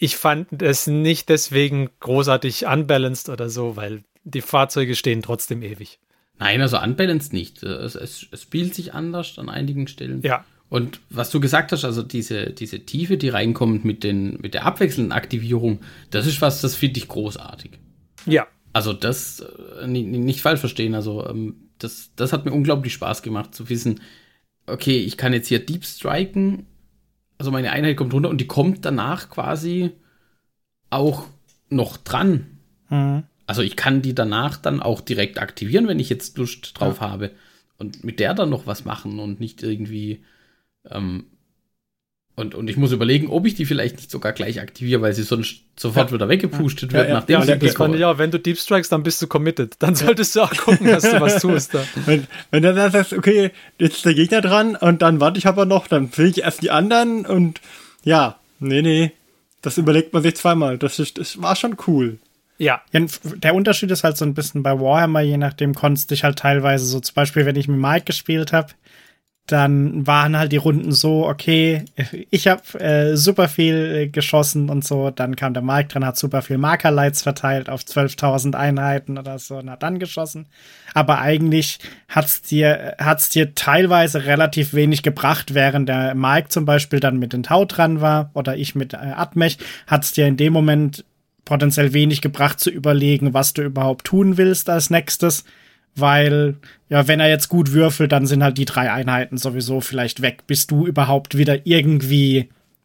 ich fand es nicht deswegen großartig unbalanced oder so, weil die Fahrzeuge stehen trotzdem ewig. Nein, also unbalanced nicht. Es, es, es spielt sich anders an einigen Stellen. Ja. Und was du gesagt hast, also diese, diese Tiefe, die reinkommt mit, den, mit der abwechselnden Aktivierung, das ist was, das finde ich großartig. Ja. Also das, äh, nicht, nicht falsch verstehen, also ähm, das, das hat mir unglaublich Spaß gemacht, zu wissen, okay, ich kann jetzt hier Deep Striken, also meine Einheit kommt runter und die kommt danach quasi auch noch dran. Mhm. Also ich kann die danach dann auch direkt aktivieren, wenn ich jetzt Lust drauf ja. habe. Und mit der dann noch was machen und nicht irgendwie ähm, und, und ich muss überlegen, ob ich die vielleicht nicht sogar gleich aktiviere, weil sie sonst sofort ja. wieder weggepustet ja. wird. Ja, ja. Nachdem ja, sie das fand ich auch, wenn du Deep Strikes, dann bist du committed. Dann solltest du auch gucken, dass du was tust. Da. Wenn, wenn du dann sagst, okay, jetzt ist der Gegner dran und dann warte ich aber noch, dann will ich erst die anderen und ja, nee, nee, das überlegt man sich zweimal. Das, ist, das war schon cool. Ja. ja. Der Unterschied ist halt so ein bisschen bei Warhammer, je nachdem konntest dich halt teilweise so, zum Beispiel, wenn ich mit Mike gespielt habe, dann waren halt die Runden so, okay, ich habe äh, super viel äh, geschossen und so, dann kam der Mike dran, hat super viel Markerlights verteilt auf zwölftausend Einheiten oder so und hat dann geschossen. Aber eigentlich hat's dir, hat's dir teilweise relativ wenig gebracht, während der Mike zum Beispiel dann mit den Tau dran war oder ich mit äh, Admech, hat's dir in dem Moment potenziell wenig gebracht zu überlegen, was du überhaupt tun willst als nächstes. Weil, ja, wenn er jetzt gut würfelt, dann sind halt die drei Einheiten sowieso vielleicht weg, bis du überhaupt wieder irgendwie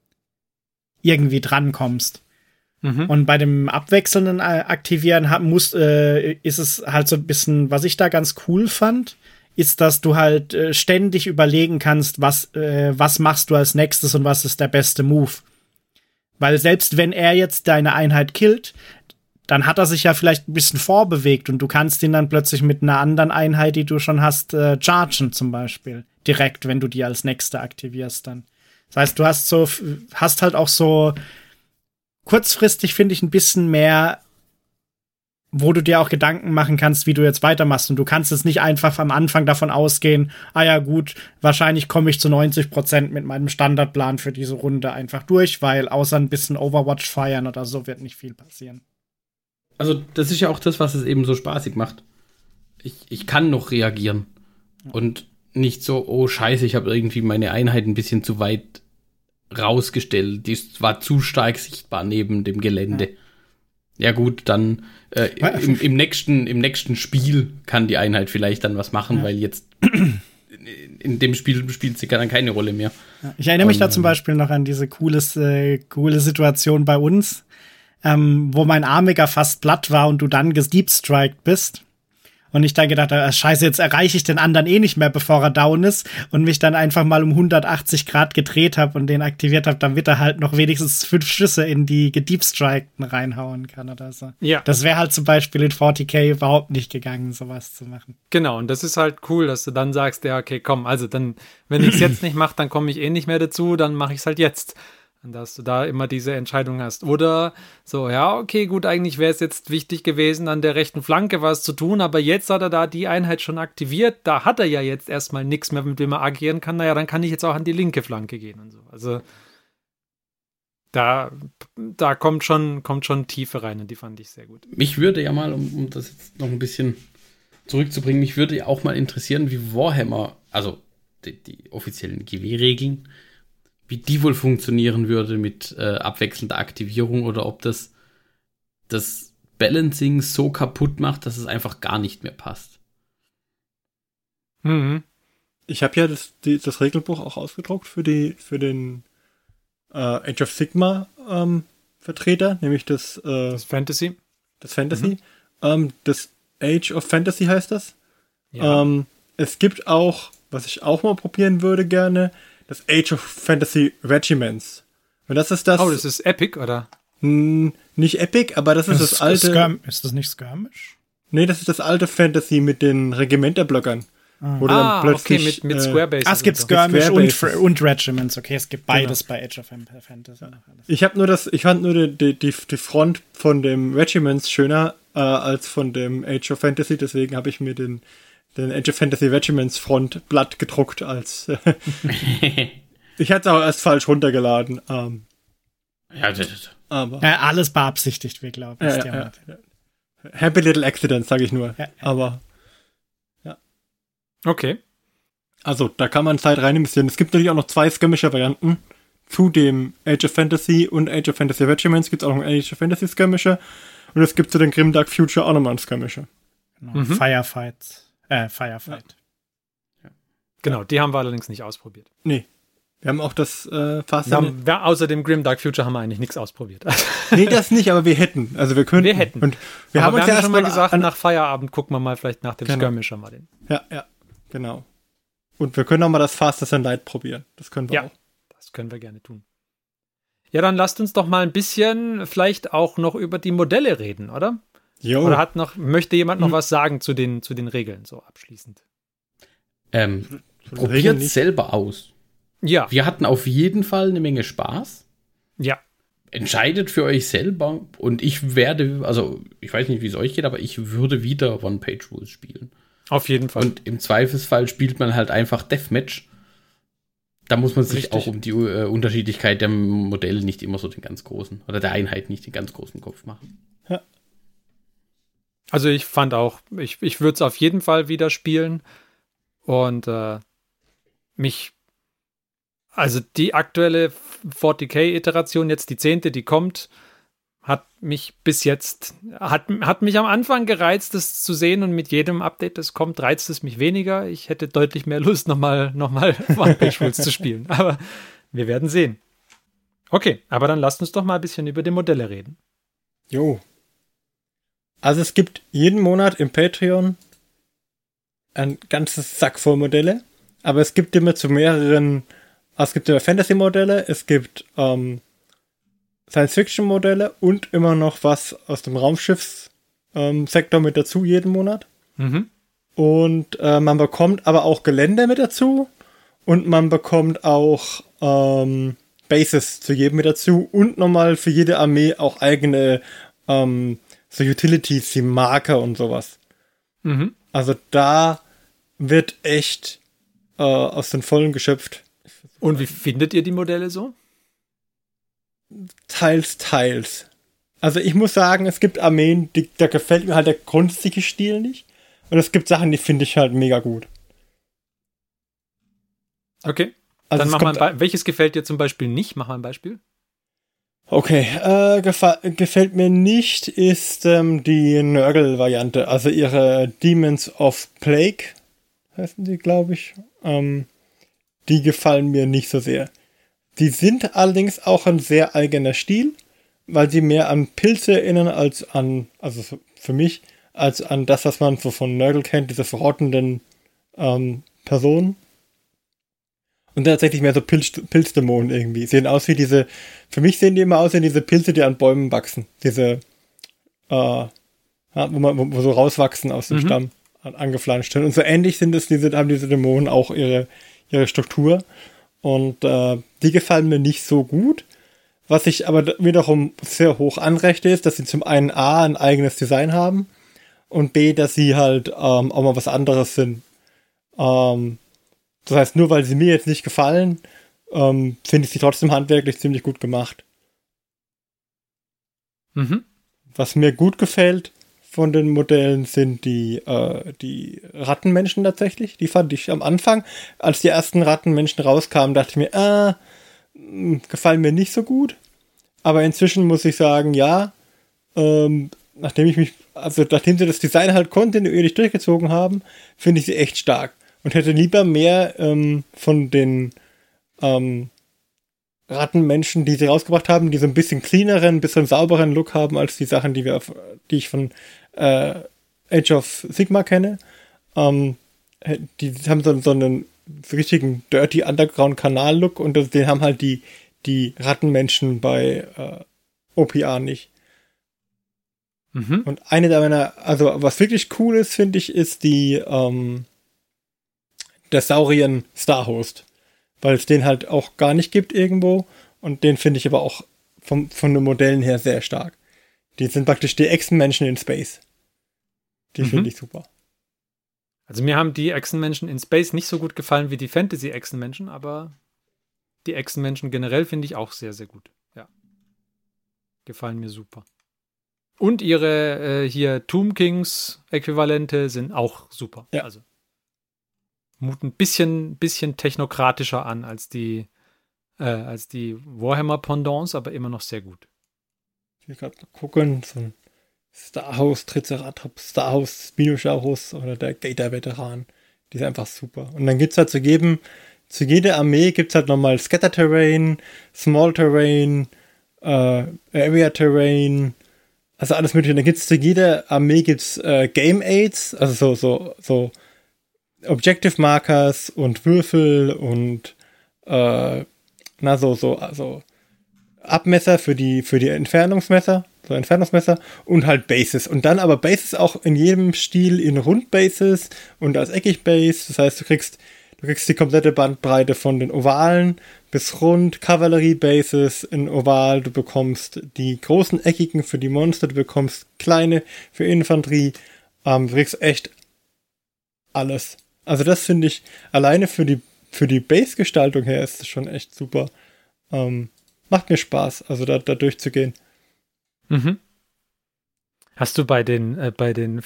irgendwie drankommst. Mhm. Und bei dem abwechselnden Aktivieren hat, muss, äh, ist es halt so ein bisschen, was ich da ganz cool fand, ist, dass du halt äh, ständig überlegen kannst, was, äh, was machst du als nächstes und was ist der beste Move. Weil selbst wenn er jetzt deine Einheit killt, dann hat er sich ja vielleicht ein bisschen vorbewegt und du kannst ihn dann plötzlich mit einer anderen Einheit, die du schon hast, äh, chargen zum Beispiel. Direkt, wenn du die als nächste aktivierst dann. Das heißt, du hast so, hast halt auch so kurzfristig, finde ich, ein bisschen mehr, wo du dir auch Gedanken machen kannst, wie du jetzt weitermachst. Und du kannst jetzt nicht einfach am Anfang davon ausgehen, ah ja gut, wahrscheinlich komme ich zu neunzig Prozent mit meinem Standardplan für diese Runde einfach durch, weil außer ein bisschen Overwatch feiern oder so wird nicht viel passieren. Also das ist ja auch das, was es eben so spaßig macht. Ich, ich kann noch reagieren. Und nicht so, oh scheiße, ich habe irgendwie meine Einheit ein bisschen zu weit rausgestellt. Die war zu stark sichtbar neben dem Gelände. Ja, ja gut, dann äh, im, im, nächsten, im nächsten Spiel kann die Einheit vielleicht dann was machen, ja. weil jetzt in, in dem Spiel spielt sie dann keine Rolle mehr. Ja, ich erinnere mich Und, da zum Beispiel noch an diese coole, äh, coole Situation bei uns, Ähm, wo mein Armiger fast platt war und du dann gedeepstriked bist. Und ich dann gedacht habe, scheiße, jetzt erreiche ich den anderen eh nicht mehr, bevor er down ist. Und mich dann einfach mal um hundertachtzig Grad gedreht habe und den aktiviert habe, damit er halt noch wenigstens fünf Schüsse in die gedeepstrikten reinhauen kann oder so. Ja. Das wäre halt zum Beispiel in vierzig K überhaupt nicht gegangen, sowas zu machen. Genau, und das ist halt cool, dass du dann sagst, ja, okay, komm, also dann, wenn ich es jetzt nicht mache, dann komme ich eh nicht mehr dazu, dann mache ich es halt jetzt. Dass du da immer diese Entscheidung hast. Oder so, ja, okay, gut, eigentlich wäre es jetzt wichtig gewesen, an der rechten Flanke was zu tun, aber jetzt hat er da die Einheit schon aktiviert, da hat er ja jetzt erstmal nichts mehr, mit dem er agieren kann, naja, dann kann ich jetzt auch an die linke Flanke gehen und so. Also da, da kommt schon, kommt schon Tiefe rein und die fand ich sehr gut. Mich würde ja mal, um, um das jetzt noch ein bisschen zurückzubringen, mich würde ja auch mal interessieren, wie Warhammer, also die, die offiziellen G W-Regeln, wie die wohl funktionieren würde mit äh, abwechselnder Aktivierung oder ob das das Balancing so kaputt macht, dass es einfach gar nicht mehr passt. Mhm. Ich habe ja das, die, das Regelbuch auch ausgedruckt für die für den äh, Age of Sigmar ähm, Vertreter, nämlich das, äh, das Fantasy. Das Fantasy. Mhm. Ähm, das Age of Fantasy heißt das. Ja. Ähm, es gibt auch, was ich auch mal probieren würde gerne, das Age of Fantasy Regiments. Und das ist das. Oh, das ist Epic, oder? Mh, nicht Epic, aber das ist das, das alte. Skirm- ist das nicht Skirmish? Nee, das ist das alte Fantasy mit den Regimenterblockern. Ah, Oder ah dann plötzlich, okay, mit, mit äh, Square Bases. Ah, es gibt so. Skirmish und, Square und Regiments. Okay, es gibt beides genau. bei Age of Fantasy. Ja. Ich habe nur das, ich fand nur die, die, die Front von dem Regiments schöner äh, als von dem Age of Fantasy, deswegen habe ich mir den, den Age of Fantasy Regiments Frontblatt gedruckt als äh, ich hatte es auch erst falsch runtergeladen. Ähm, Ja, das, das. Aber Ja, alles beabsichtigt, wir glauben. ja, ja, ja, ja. Happy Little Accident, sage ich nur. Ja. Aber Okay. also, da kann man Zeit rein investieren. Es gibt natürlich auch noch zwei Skirmisher-Varianten. Zu dem Age of Fantasy und Age of Fantasy Regiments gibt es auch noch einen Age of Fantasy Skirmisher. Und es gibt zu den Grimdark Future auch nochmal einen Skirmisher. Genau. Mhm. Firefight. Äh, Firefight. Genau, die haben wir allerdings nicht ausprobiert. Nee. Wir haben auch das äh, Fast Wir haben, wir, außer dem Grim Dark Future haben wir eigentlich nichts ausprobiert. Nee, das nicht, aber wir hätten. Also wir könnten. Wir hätten. Und wir Aber haben wir uns haben ja schon mal erstmal gesagt, an, nach Feierabend gucken wir mal vielleicht nach dem Genau. Skirmisher mal den. Ja, ja, genau. Und wir können auch mal das Fastest and Light probieren. Das können wir Ja. auch. Das können wir gerne tun. Ja, dann lasst uns doch mal ein bisschen vielleicht auch noch über die Modelle reden, oder? Jo. Oder hat noch, möchte jemand noch Hm. was sagen zu den, zu den Regeln, so abschließend? Ähm, Zu den Regeln probiert nicht. selber aus. Ja, Wir hatten auf jeden Fall eine Menge Spaß. ja. Entscheidet für euch selber. Und ich werde, also ich weiß nicht, wie es euch geht, aber ich würde wieder One-Page-Rules spielen. Auf jeden Fall. Und im Zweifelsfall spielt man halt einfach Deathmatch. Da muss man sich Richtig. auch um die äh, Unterschiedlichkeit der Modelle nicht immer so den ganz großen, oder der Einheit nicht den ganz großen Kopf machen. Also ich fand auch, ich, ich würde es auf jeden Fall wieder spielen. Und äh, mich, also die aktuelle vierzig K-Iteration, jetzt die zehnte, die kommt, hat mich bis jetzt, hat, hat mich am Anfang gereizt, das zu sehen, und mit jedem Update, das kommt, reizt es mich weniger. Ich hätte deutlich mehr Lust, nochmal noch mal One-Page-Rules zu spielen. Aber wir werden sehen. Okay, aber dann lasst uns doch mal ein bisschen über die Modelle reden. Jo. Also es gibt jeden Monat im Patreon ein ganzes Sack voll Modelle, aber es gibt immer zu mehreren, es gibt immer Fantasy-Modelle, es gibt ähm, Science-Fiction-Modelle und immer noch was aus dem Raumschiffs-Sektor mit dazu jeden Monat. Mhm. Und äh, man bekommt aber auch Gelände mit dazu und man bekommt auch ähm, Bases zu jedem mit dazu und nochmal für jede Armee auch eigene ähm, so Utilities wie Marker und sowas. Mhm. Also da wird echt äh, aus den Vollen geschöpft. Und wie findet ihr die Modelle so? Teils, teils. Also ich muss sagen, es gibt Armeen, die, da gefällt mir halt der grundsätzliche Stil nicht. Und es gibt Sachen, die finde ich halt mega gut. Okay. Also Dann es mach mal ein kommt- Be- welches gefällt dir zum Beispiel nicht? Mach mal ein Beispiel. Okay, äh, gefa- gefällt mir nicht, ist ähm, die Nurgle-Variante, also ihre Demons of Plague, heißen die, glaube ich. Ähm, die gefallen mir nicht so sehr. Die sind allerdings auch ein sehr eigener Stil, weil sie mehr an Pilze erinnern als an, also so für mich, als an das, was man so von Nurgle kennt, diese verrottenden ähm, Personen. Und tatsächlich mehr so Pilz, Pilzdämonen irgendwie. Sehen aus wie diese, für mich sehen die immer aus wie diese Pilze, die an Bäumen wachsen. Diese, äh, ja, wo, man, wo, wo so rauswachsen aus dem Mhm. Stamm, an, angeflanscht sind. Und so ähnlich sind es, diese, haben diese Dämonen auch ihre, ihre Struktur. Und äh, die gefallen mir nicht so gut. Was ich aber wiederum sehr hoch anrechte, ist, dass sie zum einen A, ein eigenes Design haben und B, dass sie halt ähm, auch mal was anderes sind. Ähm, Das heißt, nur weil sie mir jetzt nicht gefallen, ähm, finde ich sie trotzdem handwerklich ziemlich gut gemacht. Mhm. Was mir gut gefällt von den Modellen sind die, äh, die Rattenmenschen tatsächlich. Die fand ich am Anfang, als die ersten Rattenmenschen rauskamen, dachte ich mir, ah, mh, gefallen mir nicht so gut. Aber inzwischen muss ich sagen, ja, ähm, nachdem ich mich, also nachdem sie das Design halt kontinuierlich durchgezogen haben, finde ich sie echt stark. Und hätte lieber mehr ähm, von den ähm, Rattenmenschen, die sie rausgebracht haben, die so ein bisschen cleaneren, ein bisschen sauberen Look haben, als die Sachen, die wir auf, die ich von äh, Age of Sigmar kenne. Ähm, die haben so, so einen richtigen Dirty Underground-Kanal-Look und das, den haben halt die, die Rattenmenschen bei äh, O P R nicht. Mhm. Und eine der meiner, also was wirklich cool ist, finde ich, ist die ähm, der Saurien Starhost. Weil es den halt auch gar nicht gibt irgendwo. Und den finde ich aber auch vom, von den Modellen her sehr stark. Die sind praktisch die Echsenmenschen in Space. Die Mhm. finde ich super. Also mir haben die Echsenmenschen in Space nicht so gut gefallen wie die Fantasy-Echsenmenschen, aber die Echsenmenschen generell finde ich auch sehr, sehr gut. Ja. gefallen mir super. Und ihre äh, hier Tomb Kings Äquivalente sind auch super. Ja. Also muten ein bisschen, bisschen technokratischer an als die, äh, als die Warhammer Pendants, aber immer noch sehr gut. Ich will gerade gucken, so ein Starhouse Triceratops, Starhouse Spinosaurus oder der Gator-Veteran. Die sind einfach super. Und dann gibt es halt zu jedem, zu jeder Armee gibt es halt nochmal Scatter Terrain, Small Terrain, äh, Area Terrain, also alles mögliche. Dann gibt es zu jeder Armee gibt's äh, Game Aids, also so, so, so Objective Markers und Würfel und äh, na so, so, also Abmesser für die, für die Entfernungsmesser, so Entfernungsmesser und halt Bases. Und dann aber Bases auch in jedem Stil in Rundbases und als eckig Base. Das heißt, du kriegst, du kriegst die komplette Bandbreite von den Ovalen bis rund, Kavallerie-Bases in Oval, du bekommst die großen eckigen für die Monster, du bekommst kleine für Infanterie, ähm, du kriegst echt alles. Also das finde ich, alleine für die, für die Base-Gestaltung her ist es schon echt super. Ähm, macht mir Spaß, also da, da durchzugehen. Mhm. Hast du bei den, äh, bei den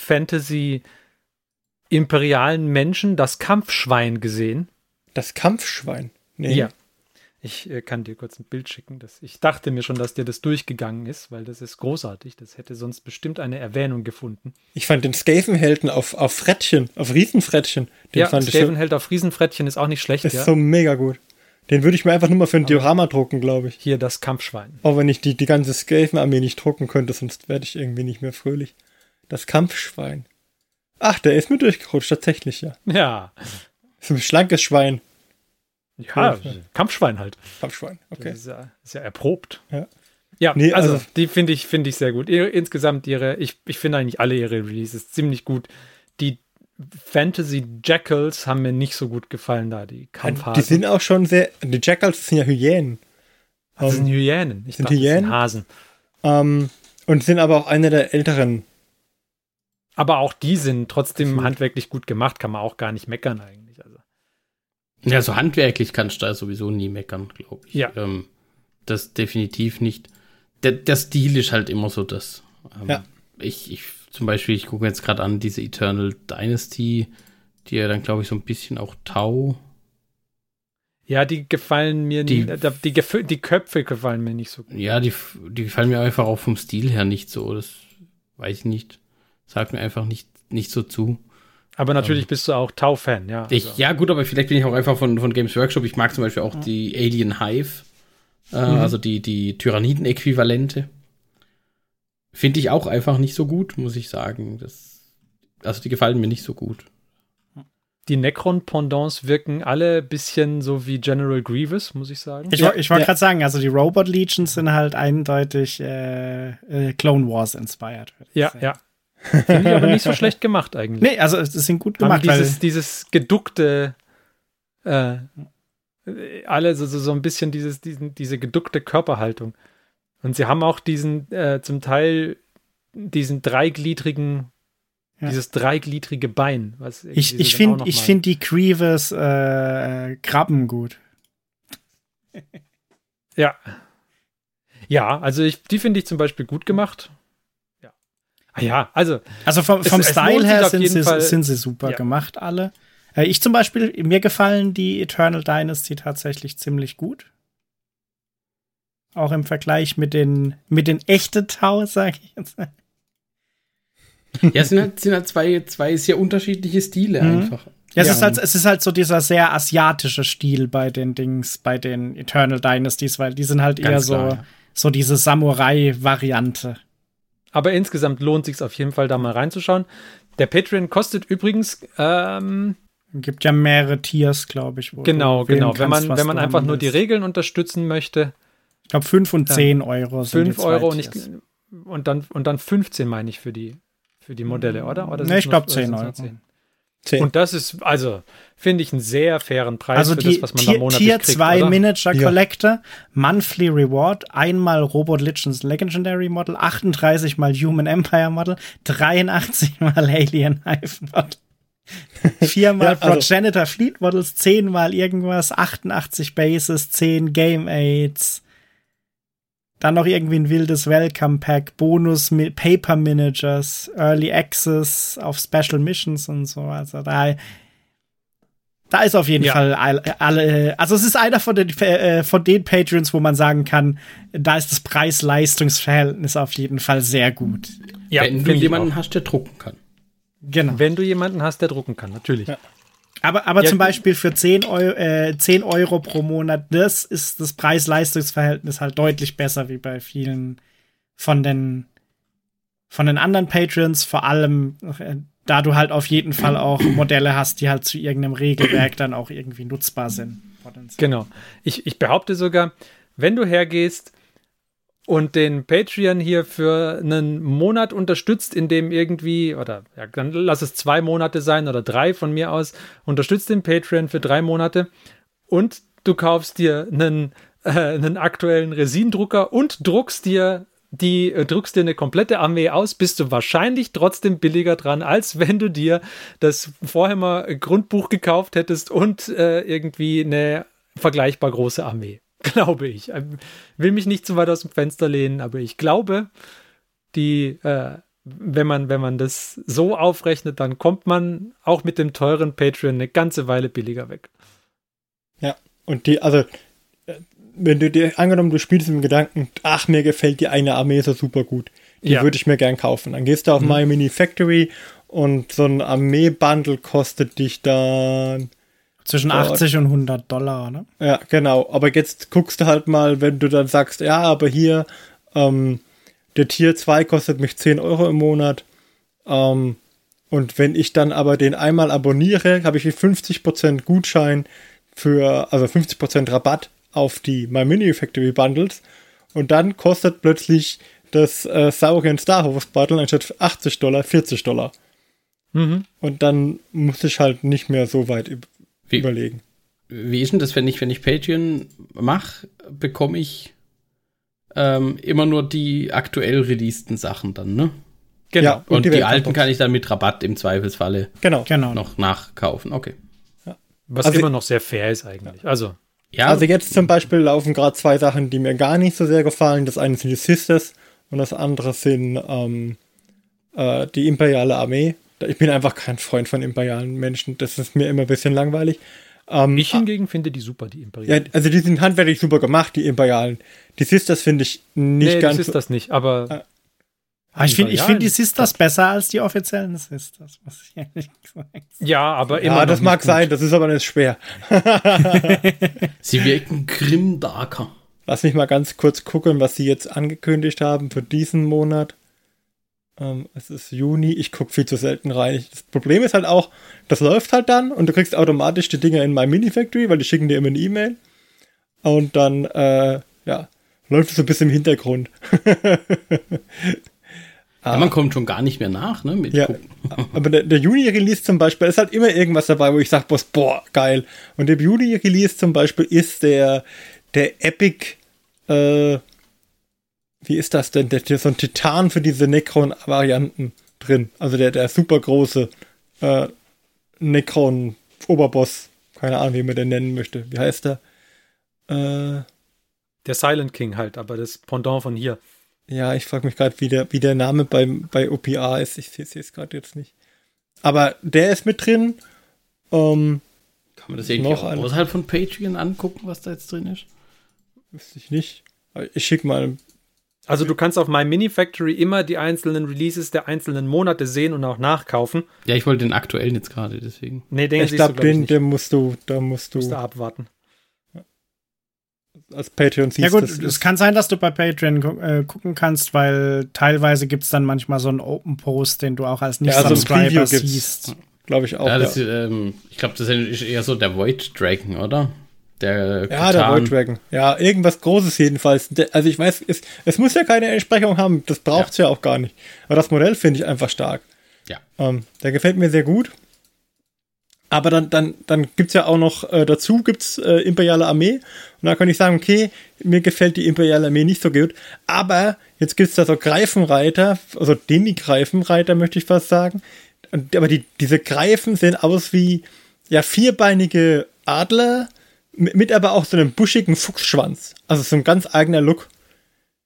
Fantasy-imperialen Menschen das Kampfschwein gesehen? Das Kampfschwein? Nee. Ja. Ich äh, kann dir kurz ein Bild schicken. Das, ich dachte mir schon, dass dir das durchgegangen ist, weil das ist großartig. Das hätte sonst bestimmt eine Erwähnung gefunden. Ich fand den Skavenhelden auf, auf Frettchen, auf Riesenfrettchen. Den ja, fand Skavenheld auf Riesenfrettchen ist auch nicht schlecht. Ist ja. so mega gut. Den würde ich mir einfach nur mal für ein Diorama drucken, glaube ich. Hier das Kampfschwein. Auch wenn ich die, die ganze Skaven-Armee nicht drucken könnte, sonst werde ich irgendwie nicht mehr fröhlich. Das Kampfschwein. Ach, der ist mir durchgerutscht, tatsächlich, ja. Ja. So ein schlankes Schwein. Ja, ja. Kampfschwein halt. Kampfschwein, okay. Das ist ja, ist ja erprobt. Ja, ja nee, also, also die finde ich, find ich sehr gut. Ihre, insgesamt ihre, ich, ich finde eigentlich alle ihre Releases ziemlich gut. Die Fantasy Jackals haben mir nicht so gut gefallen da, die Kampfhasen. Die sind auch schon sehr, die Jackals sind ja Hyänen. Das sind Hyänen. Ich sind dachte, Hyänen? Das sind Hasen. Ähm, und sind aber auch eine der älteren. Aber auch die sind trotzdem Gefühlt. handwerklich gut gemacht, kann man auch gar nicht meckern eigentlich. Also. Ja, so handwerklich kannst du da sowieso nie meckern, glaube ich. Ja. Ähm, das definitiv nicht. Der, der Stil ist halt immer so das. Ähm, Ja. Ich, ich zum Beispiel, ich gucke jetzt gerade an, diese Eternal Dynasty, die ja dann, glaube ich, so ein bisschen auch Tau. Ja, die gefallen mir Die- nicht. Die, die, die Köpfe gefallen mir nicht so gut. Ja, die, die gefallen mir einfach auch vom Stil her nicht so. Das weiß ich nicht. Sagt mir einfach nicht, nicht so zu. Aber natürlich bist du auch Tau-Fan, ja. Ich, also. ja, gut, aber vielleicht bin ich auch einfach von, von Games Workshop. Ich mag zum Beispiel auch die Alien Hive, äh, also die, die Tyranniden-Äquivalente. Finde ich auch einfach nicht so gut, muss ich sagen. Das, also die gefallen mir nicht so gut. Die Necron-Pendants wirken alle ein bisschen so wie General Grievous, muss ich sagen. Ich, Ja, woll- ich wollte ja. gerade sagen, also die Robot Legions sind halt eindeutig äh, äh, Clone Wars inspired. würd ich Ja, sagen. ja. Finde ich aber nicht so schlecht gemacht eigentlich. Nee, also es sind gut Haben gemacht, dieses, weil dieses geduckte, äh, alle so, so, so ein bisschen dieses, diesen, diese geduckte Körperhaltung. Und sie haben auch diesen, äh, zum Teil diesen dreigliedrigen, Ja. dieses dreigliedrige Bein. Was ich, irgendwie ich so dann auch finde noch ich mal- find die Grievous äh, Krabben gut. Ja. Ja, also ich, die finde ich zum Beispiel gut gemacht. Ja. Ah ja, also Also vom, Es- vom es Style lohnt sich her auf sind jeden sie, Fall. sind sie super Ja. gemacht, alle. Äh, ich zum Beispiel, mir gefallen die Eternal Dynasty tatsächlich ziemlich gut. Auch im Vergleich mit den, mit den echten Tau, sag ich jetzt. Ja, es sind halt, sind halt zwei, zwei sehr unterschiedliche Stile Mhm. einfach. Ja, es, Ja. ist halt, es ist halt so dieser sehr asiatische Stil bei den Dings, bei den Eternal Dynasties, weil die sind halt eher Ganz so, klar, ja. so diese Samurai-Variante. aber insgesamt lohnt sich auf jeden Fall, da mal reinzuschauen. Der Patreon kostet übrigens, ähm, Gibt ja mehrere Tiers, glaube ich. Wo genau, du wählen genau. Wenn kannst, man, was wenn man du einfach haben nur die willst. Regeln unterstützen möchte, Ich glaube, fünf und zehn Euro sind fünf die zwei Euro und, ich, Tiers. und, dann, und dann fünfzehn, meine ich, für die, für die Modelle, oder? oder Nee, sind's ich nur- glaub, oder zehn sind's nur Euro. zehn? zehn. Und das ist, also, finde ich einen sehr fairen Preis Also für die das, was man da Tier, monatlich Tier kriegt, zwei oder? Miniature Ja. Collector, Monthly Reward, einmal Robot Legends Legendary Model, achtunddreißig mal Human Empire Model, dreiundachtzig mal Alien Hive Model, viermal Ja, also- Progenitor Fleet Models, zehn mal irgendwas, achtundachtzig Bases, zehn Game Aids. dann noch irgendwie ein wildes Welcome-Pack, Bonus, Paper Managers, Early Access auf Special Missions und so. Also da, da ist auf jeden ja. Fall alle, alle, also es ist einer von den, äh, von den Patreons, wo man sagen kann, da ist das Preis-Leistungs-Verhältnis auf jeden Fall sehr gut. Ja, wenn du jemanden hast, der drucken kann. Genau. Wenn du jemanden hast, der drucken kann, natürlich. Ja. Aber, aber ja, zum Beispiel für zehn Euro, äh, zehn Euro pro Monat, das ist das Preis-Leistungs-Verhältnis halt deutlich besser wie bei vielen von den, von den anderen Patrons, vor allem äh, da du halt auf jeden Fall auch Modelle hast, die halt zu irgendeinem Regelwerk dann auch irgendwie nutzbar sind. Genau. Ich, ich behaupte sogar, wenn du hergehst und den Patreon hier für einen Monat unterstützt, in dem irgendwie, oder ja, dann lass es zwei Monate sein oder drei von mir aus, unterstützt den Patreon für drei Monate und du kaufst dir einen, äh, einen aktuellen Resindrucker und druckst dir die, äh, druckst dir eine komplette Armee aus, bist du wahrscheinlich trotzdem billiger dran, als wenn du dir das vorher mal Grundbuch gekauft hättest und äh, irgendwie eine vergleichbar große Armee. Glaube ich. Ich will mich nicht zu weit aus dem Fenster lehnen, aber ich glaube, die, äh, wenn man, wenn man das so aufrechnet, dann kommt man auch mit dem teuren Patreon eine ganze Weile billiger weg. Ja, und die, also, wenn du dir, angenommen, du spielst mit dem Gedanken, ach, mir gefällt die eine Armee so super gut, die ja. würde ich mir gern kaufen. Dann gehst du auf mhm. My Mini Factory und so ein Armee-Bundle kostet dich dann zwischen achtzig und hundert Dollar, ne? Ja, genau. Aber jetzt guckst du halt mal, wenn du dann sagst, ja, aber hier, ähm, der Tier zwei kostet mich zehn Euro im Monat. Ähm, und wenn ich dann aber den einmal abonniere, habe ich fünfzig Prozent Gutschein für, also fünfzig Prozent Rabatt auf die My Mini Factory Bundles. Und dann kostet plötzlich das äh, Saurian Star Host Bundle anstatt achtzig Dollar vierzig Dollar. Mhm. Und dann muss ich halt nicht mehr so weit üb- Wie, überlegen. Wie ist denn das, wenn ich, wenn ich Patreon mache, bekomme ich ähm, immer nur die aktuell releaseden Sachen dann, ne? Genau. Ja, und, und die, die alten kann ich dann mit Rabatt im Zweifelsfalle genau. Genau. noch nachkaufen. Okay. Ja. Was also immer noch sehr fair ist eigentlich. Also, ja. Also jetzt zum Beispiel laufen gerade zwei Sachen, die mir gar nicht so sehr gefallen. Das eine sind die Sisters und das andere sind ähm, äh, die imperiale Armee. Ich bin einfach kein Freund von imperialen Menschen. Das ist mir immer ein bisschen langweilig. Ähm, ich hingegen finde die super, die imperialen. Ja, also die sind handwerklich super gemacht, die imperialen. Die Sisters finde ich nicht nee, ganz... Nee, die Sisters nicht, aber... Äh, aber ich finde ich find die Sisters besser als die offiziellen Sisters, muss ich ehrlich sagen. Ja, aber immer Ja, das mag gut. sein, das ist aber nicht schwer. Sie wirken grimdarker. Lass mich mal ganz kurz gucken, was sie jetzt angekündigt haben für diesen Monat. Ähm, es ist Juni, ich gucke viel zu selten rein. Ich, das Problem ist halt auch, das läuft halt dann und du kriegst automatisch die Dinger in My Mini Factory, weil die schicken dir immer eine E-Mail. Und dann, äh, ja, läuft es so ein bisschen im Hintergrund. Ja, man kommt schon gar nicht mehr nach, ne? Mit ja, aber der, der Juni-Release zum Beispiel ist halt immer irgendwas dabei, wo ich sage, boah, geil. Und der Juni-Release zum Beispiel ist der, der Epic, äh, wie ist das denn? Der, der so ein Titan für diese Necron-Varianten drin. Also der, der super große äh, Necron-Oberboss. Keine Ahnung, wie man den nennen möchte. Wie heißt der? Äh, der Silent King halt, aber das Pendant von hier. Ja, ich frage mich gerade, wie der, wie der Name beim, bei O P A ist. Ich sehe es gerade jetzt nicht. Aber der ist mit drin. Ähm, Kann man das irgendwie auch außerhalb von Patreon angucken, was da jetzt drin ist? Wüsste ich nicht. Ich schicke mal. Also du kannst auf My Mini Factory immer die einzelnen Releases der einzelnen Monate sehen und auch nachkaufen. Ja, ich wollte den aktuellen jetzt gerade, deswegen. Nee, den ich glaube, den, den musst du, da musst du. Musst du abwarten. Als Patreon siehst. Ja gut, es kann sein, dass du bei Patreon gu- äh, gucken kannst, weil teilweise gibt es dann manchmal so einen Open Post, den du auch als Nicht-Subscriber ja, so siehst. Glaube ich auch. Ja, das, ja. ähm, ich glaube, das ist eher so der Void Dragon, oder? Der ja, der Void Dragon. Ja, irgendwas Großes jedenfalls. Also ich weiß, es, es muss ja keine Entsprechung haben, das braucht es ja. ja auch gar nicht. Aber das Modell finde ich einfach stark. Ja. Ähm, der gefällt mir sehr gut. Aber dann, dann, dann gibt es ja auch noch, äh, dazu gibt es äh, Imperiale Armee. Und da kann ich sagen, okay, mir gefällt die Imperiale Armee nicht so gut. Aber jetzt gibt es da so Greifenreiter, also Demi-Greifenreiter, möchte ich fast sagen. Und, aber die, diese Greifen sehen aus wie ja vierbeinige Adler, mit, mit aber auch so einem buschigen Fuchsschwanz. Also so ein ganz eigener Look.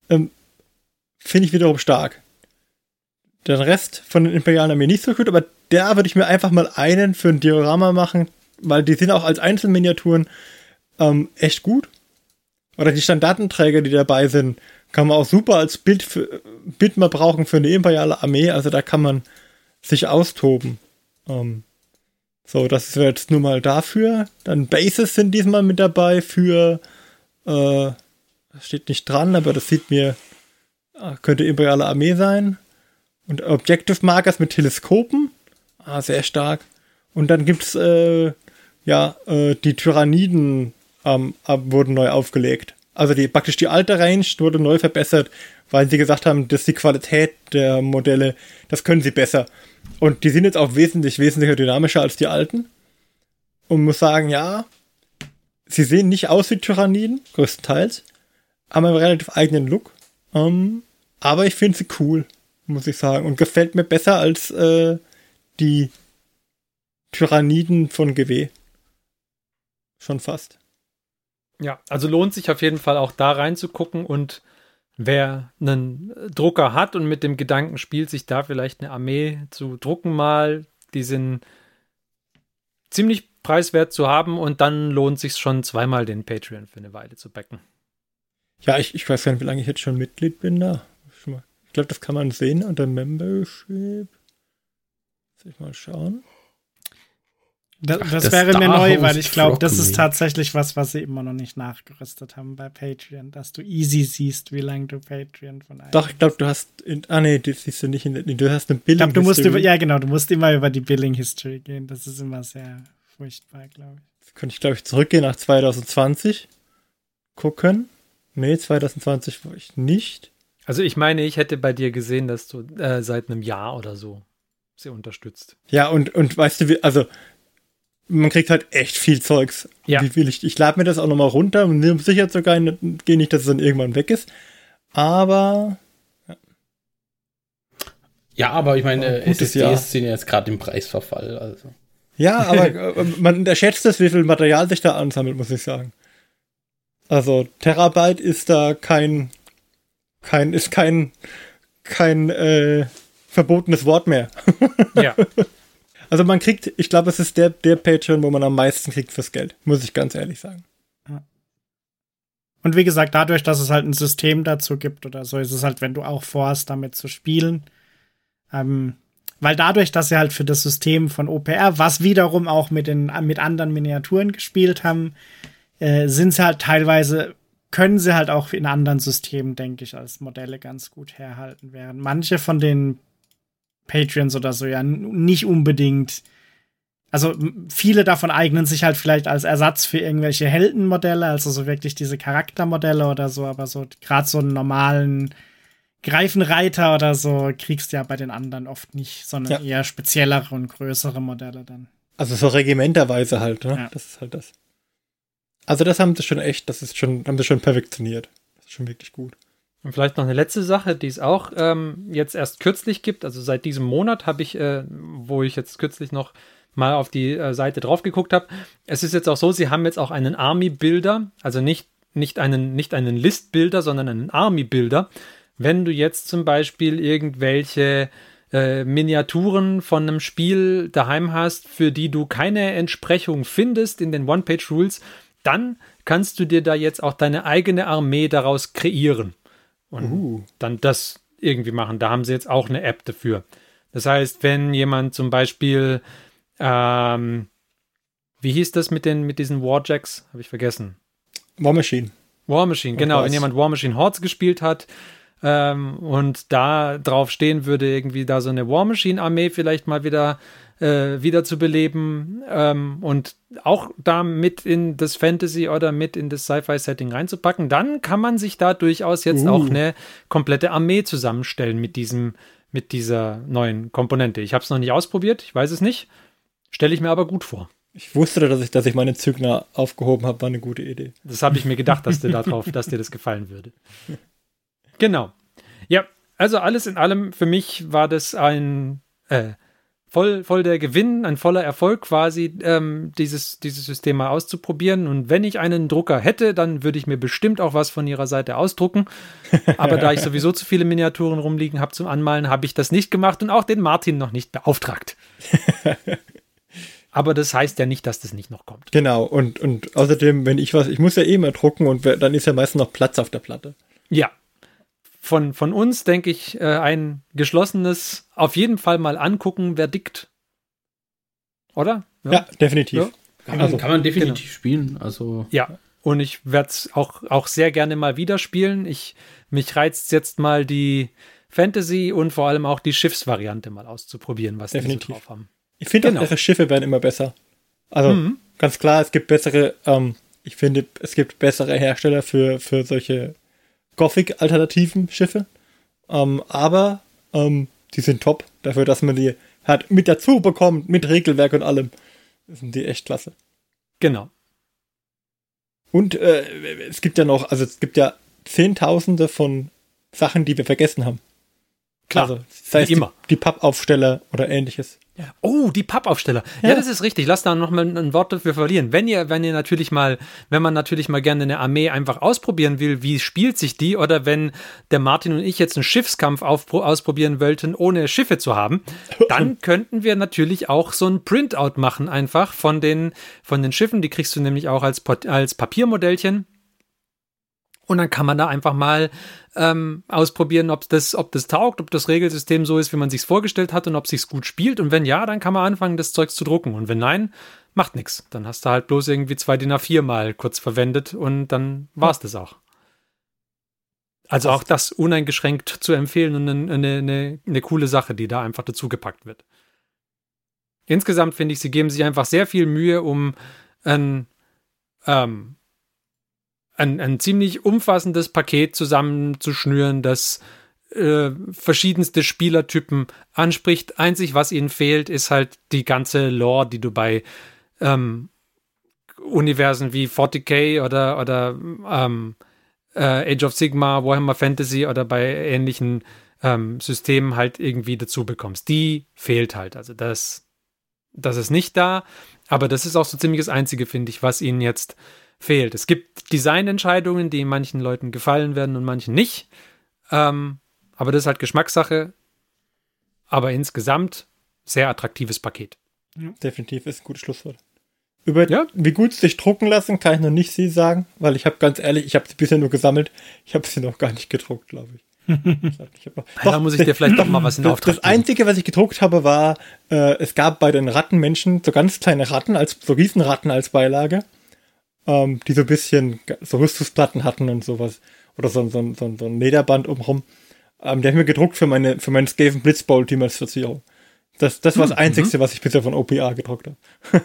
ähm, finde ich wiederum stark. Den Rest von den imperialen Armeen nicht so gut, aber da würde ich mir einfach mal einen für ein Diorama machen, weil die sind auch als Einzelminiaturen ähm, echt gut. Oder die Standardenträger, die dabei sind, kann man auch super als Bild, für, Bild mal brauchen für eine imperiale Armee. Also da kann man sich austoben. Ähm, so, das wäre jetzt nur mal dafür. Dann Bases sind diesmal mit dabei für, äh, das steht nicht dran, aber das sieht mir, könnte imperiale Armee sein. Und Objective Markers mit Teleskopen. Ah, sehr stark. Und dann gibt's, äh, ja, äh, die Tyranniden ähm, wurden neu aufgelegt. Also die praktisch die alte Range wurde neu verbessert, weil sie gesagt haben, dass die Qualität der Modelle, das können sie besser. Und die sind jetzt auch wesentlich, wesentlich dynamischer als die alten. Und muss sagen, ja, sie sehen nicht aus wie Tyranniden, größtenteils, haben einen relativ eigenen Look. Ähm, aber ich finde sie cool, muss ich sagen. Und gefällt mir besser als äh, die Tyranniden von G W. Schon fast. Ja, also lohnt sich auf jeden Fall auch da reinzugucken und wer einen Drucker hat und mit dem Gedanken spielt, sich da vielleicht eine Armee zu drucken mal, die sind ziemlich preiswert zu haben und dann lohnt sich schon zweimal den Patreon für eine Weile zu backen. Ja, ich, ich weiß gar nicht, wie lange ich jetzt schon Mitglied bin da. Ich glaube, das kann man sehen unter Membership. Soll ich mal schauen? Das, Ach, das, das wäre mir neu, weil ich glaube, Frog das ist Me. tatsächlich was, was sie immer noch nicht nachgerüstet haben bei Patreon, dass du easy siehst, wie lange du Patreon von einem. Doch, ich glaube, du hast, in, ah nee, das siehst du nicht, in, du hast eine Billing. Ich glaube, du musst über, ja genau, du musst immer über die Billing History gehen. Das ist immer sehr furchtbar, glaube ich. Jetzt könnte ich, glaube ich, zurückgehen nach zwanzig zwanzig. Gucken. Nee, zwanzig zwanzig war ich nicht. Also ich meine, ich hätte bei dir gesehen, dass du äh, seit einem Jahr oder so sie unterstützt. Ja, und, und weißt du, wie, also man kriegt halt echt viel Zeugs. Ja. Wie viel ich, ich lade mir das auch nochmal runter und um sicher zu gehen, gehe nicht, dass es dann irgendwann weg ist. Aber Ja, aber ich meine, gutes S S Ds Jahr. sind ja jetzt gerade im Preisverfall. Also. ja, aber äh, man unterschätzt es, wie viel Material sich da ansammelt, muss ich sagen. Also Terabyte ist da kein, kein, ist kein, kein äh, verbotenes Wort mehr. Ja. Also man kriegt, ich glaube, es ist der, der Patreon, wo man am meisten kriegt fürs Geld, muss ich ganz ehrlich sagen. Und wie gesagt, dadurch, dass es halt ein System dazu gibt oder so, ist es halt, wenn du auch vorhast, damit zu spielen. Ähm, weil dadurch, dass sie halt für das System von O P R, was wiederum auch mit den mit anderen Miniaturen gespielt haben, äh, sind sie halt teilweise, können sie halt auch in anderen Systemen, denke ich, als Modelle ganz gut herhalten werden. Manche von den Patreons oder so ja nicht unbedingt. Also viele davon eignen sich halt vielleicht als Ersatz für irgendwelche Heldenmodelle, also so wirklich diese Charaktermodelle oder so, aber so gerade so einen normalen Greifenreiter oder so kriegst du ja bei den anderen oft nicht, sondern Ja. eher speziellere und größere Modelle dann. Also so regimenterweise halt, ne? Ja. Das ist halt das. Also das haben sie schon echt, das ist schon, haben sie schon perfektioniert. Das ist schon wirklich gut. Und vielleicht noch eine letzte Sache, die es auch ähm, jetzt erst kürzlich gibt. Also seit diesem Monat habe ich, äh, wo ich jetzt kürzlich noch mal auf die äh, Seite drauf geguckt habe. Es ist jetzt auch so, sie haben jetzt auch einen Army-Builder, also nicht, nicht einen, nicht einen List-Builder, sondern einen Army-Builder. Wenn du jetzt zum Beispiel irgendwelche äh, Miniaturen von einem Spiel daheim hast, für die du keine Entsprechung findest in den One-Page-Rules, dann kannst du dir da jetzt auch deine eigene Armee daraus kreieren. Und Uh. dann das irgendwie machen. Da haben sie jetzt auch eine App dafür. Das heißt, wenn jemand zum Beispiel ähm, wie hieß das mit den mit diesen Warjacks? Habe ich vergessen. War Machine. War Machine, genau. was? Wenn jemand War Machine Hordes gespielt hat ähm, und da drauf stehen würde, irgendwie da so eine War Machine Armee vielleicht mal wieder äh, wieder zu beleben ähm, und auch da mit in das Fantasy oder mit in das Sci-Fi-Setting reinzupacken, dann kann man sich da durchaus jetzt Uh. auch eine komplette Armee zusammenstellen mit diesem, mit dieser neuen Komponente. Ich habe es noch nicht ausprobiert, ich weiß es nicht, stelle ich mir aber gut vor. Ich wusste, dass ich, dass ich meine Zügner aufgehoben habe, war eine gute Idee. Das habe ich mir gedacht, dass dir da drauf, dass dir das gefallen würde. Genau. Ja, also alles in allem, für mich war das ein äh, voll, voll der Gewinn, ein voller Erfolg quasi, ähm, dieses, dieses System mal auszuprobieren. Und wenn ich einen Drucker hätte, dann würde ich mir bestimmt auch was von ihrer Seite ausdrucken. Aber da ich sowieso zu viele Miniaturen rumliegen habe zum Anmalen, habe ich das nicht gemacht und auch den Martin noch nicht beauftragt. Aber das heißt ja nicht, dass das nicht noch kommt. Genau, und, und außerdem, wenn ich was, ich muss ja eh mal drucken und dann ist ja meistens noch Platz auf der Platte. Ja. Von, von uns, denke ich, äh, ein geschlossenes auf jeden Fall mal angucken, Verdikt. Oder? Ja, ja definitiv. Ja. Kann, man, also, kann man definitiv genau. spielen. Also. Ja, und ich werde es auch, auch sehr gerne mal wieder spielen. Ich, mich reizt jetzt mal die Fantasy und vor allem auch die Schiffsvariante mal auszuprobieren, was definitiv. die so drauf haben. Ich finde genau. auch, ihre Schiffe werden immer besser. Also mhm. ganz klar, es gibt bessere, ähm, ich finde, es gibt bessere Hersteller für, für solche Gothic-alternativen Schiffe. Ähm, aber ähm, die sind top. Dafür, dass man die halt mit dazu bekommt, mit Regelwerk und allem. Sind die echt klasse. Genau. Und äh, es gibt ja noch, also es gibt ja Zehntausende von Sachen, die wir vergessen haben. Klar, also, sei es immer. Die, die Pappaufsteller oder ähnliches. Oh, die Pappaufsteller. Ja. ja, das ist richtig. Lass da noch mal ein Wort dafür verlieren. Wenn ihr, wenn ihr natürlich mal, wenn man natürlich mal gerne eine Armee einfach ausprobieren will, wie spielt sich die, oder wenn der Martin und ich jetzt einen Schiffskampf auf, ausprobieren wollten, ohne Schiffe zu haben, dann könnten wir natürlich auch so ein Printout machen einfach von den, von den Schiffen. Die kriegst du nämlich auch als, als Papiermodellchen. Und dann kann man da einfach mal ähm, ausprobieren, ob das, ob das taugt, ob das Regelsystem so ist, wie man sich's vorgestellt hat und ob sich's gut spielt. Und wenn ja, dann kann man anfangen, das Zeugs zu drucken. Und wenn nein, macht nichts. Dann hast du halt bloß irgendwie zwei D I N A vier mal kurz verwendet und dann war's das auch. Also auch das uneingeschränkt zu empfehlen und eine, eine, eine, eine coole Sache, die da einfach dazugepackt wird. Insgesamt finde ich, sie geben sich einfach sehr viel Mühe, um ein ähm, Ein, ein ziemlich umfassendes Paket zusammenzuschnüren, das äh, verschiedenste Spielertypen anspricht. Einzig, was ihnen fehlt, ist halt die ganze Lore, die du bei ähm, Universen wie forty K oder, oder ähm, äh, Age of Sigmar, Warhammer Fantasy oder bei ähnlichen ähm, Systemen halt irgendwie dazu bekommst. Die fehlt halt. Also das, das ist nicht da, aber das ist auch so ziemlich das Einzige, finde ich, was ihnen jetzt fehlt. Es gibt Designentscheidungen, die manchen Leuten gefallen werden und manchen nicht. Ähm, aber das ist halt Geschmackssache. Aber insgesamt sehr attraktives Paket. Ja. Definitiv ist ein gutes Schlusswort. Über ja? wie gut sie sich drucken lassen, kann ich noch nicht sie sagen, weil ich habe ganz ehrlich, ich habe sie bisher nur gesammelt. Ich habe sie noch gar nicht gedruckt, glaube ich. ich hab noch, ja, da muss ich dir vielleicht doch mal was in das, Auftrag Das Einzige, was ich gedruckt habe, war, äh, es gab bei den Rattenmenschen so ganz kleine Ratten, als so Riesenratten als Beilage. Ähm, die so ein bisschen so Rüstungsplatten hatten und sowas. Oder so, so, so, so ein Lederband umrum. Ähm, die habe ich mir gedruckt für meine für meinen Skaven Blitzbowl Team als Verzierung. Das, das war das hm, Einzige, was ich bisher von O P A gedruckt habe.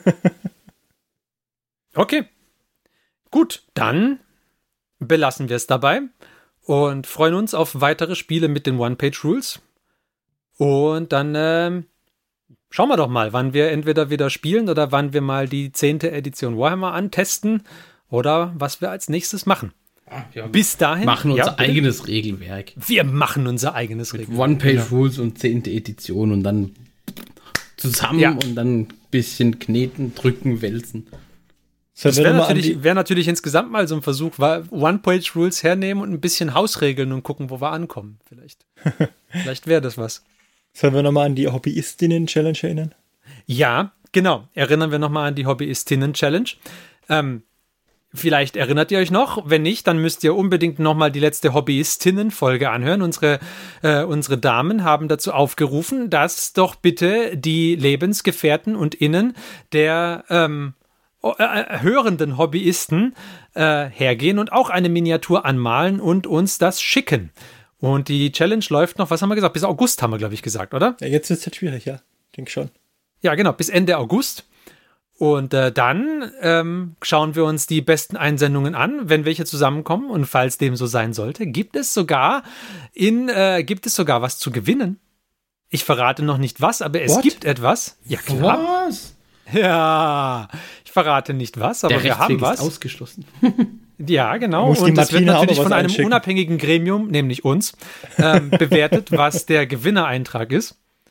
Okay. Gut, dann belassen wir es dabei und freuen uns auf weitere Spiele mit den One-Page-Rules. Und dann ähm, schauen wir doch mal, wann wir entweder wieder spielen oder wann wir mal die zehnte Edition Warhammer antesten oder was wir als nächstes machen. Ja, Bis dahin. machen unser ja, eigenes Regelwerk. Wir machen unser eigenes Regelwerk. One-Page-Rules und zehnte Edition und dann zusammen ja. und dann ein bisschen kneten, drücken, wälzen. Das wäre natürlich, wär natürlich insgesamt mal so ein Versuch, One-Page-Rules hernehmen und ein bisschen Hausregeln und gucken, wo wir ankommen. Vielleicht, Vielleicht wäre das was. Sollen wir nochmal an die Hobbyistinnen-Challenge erinnern? Ja, genau. Erinnern wir nochmal an die Hobbyistinnen-Challenge. Ähm, vielleicht erinnert ihr euch noch. Wenn nicht, dann müsst ihr unbedingt nochmal die letzte Hobbyistinnen-Folge anhören. Unsere, äh, unsere Damen haben dazu aufgerufen, dass doch bitte die Lebensgefährten und Innen der ähm, äh, hörenden Hobbyisten äh, hergehen und auch eine Miniatur anmalen und uns das schicken. Und die Challenge läuft noch, was haben wir gesagt? Bis August haben wir, glaube ich, gesagt, oder? Ja, jetzt ist es halt schwierig, ja. Ich denke schon. Ja, genau, bis Ende August. Und äh, dann ähm, schauen wir uns die besten Einsendungen an, wenn welche zusammenkommen. Und falls dem so sein sollte, gibt es sogar in äh, gibt es sogar was zu gewinnen. Ich verrate noch nicht was, aber es What? gibt etwas. Ja, klar. Was? Ja, ich verrate nicht was, aber Der wir haben was. Ist ausgeschlossen. Ja, genau. Muss und das wird natürlich von einem einschicken. unabhängigen Gremium, nämlich uns, ähm, bewertet, was der Gewinnereintrag ist.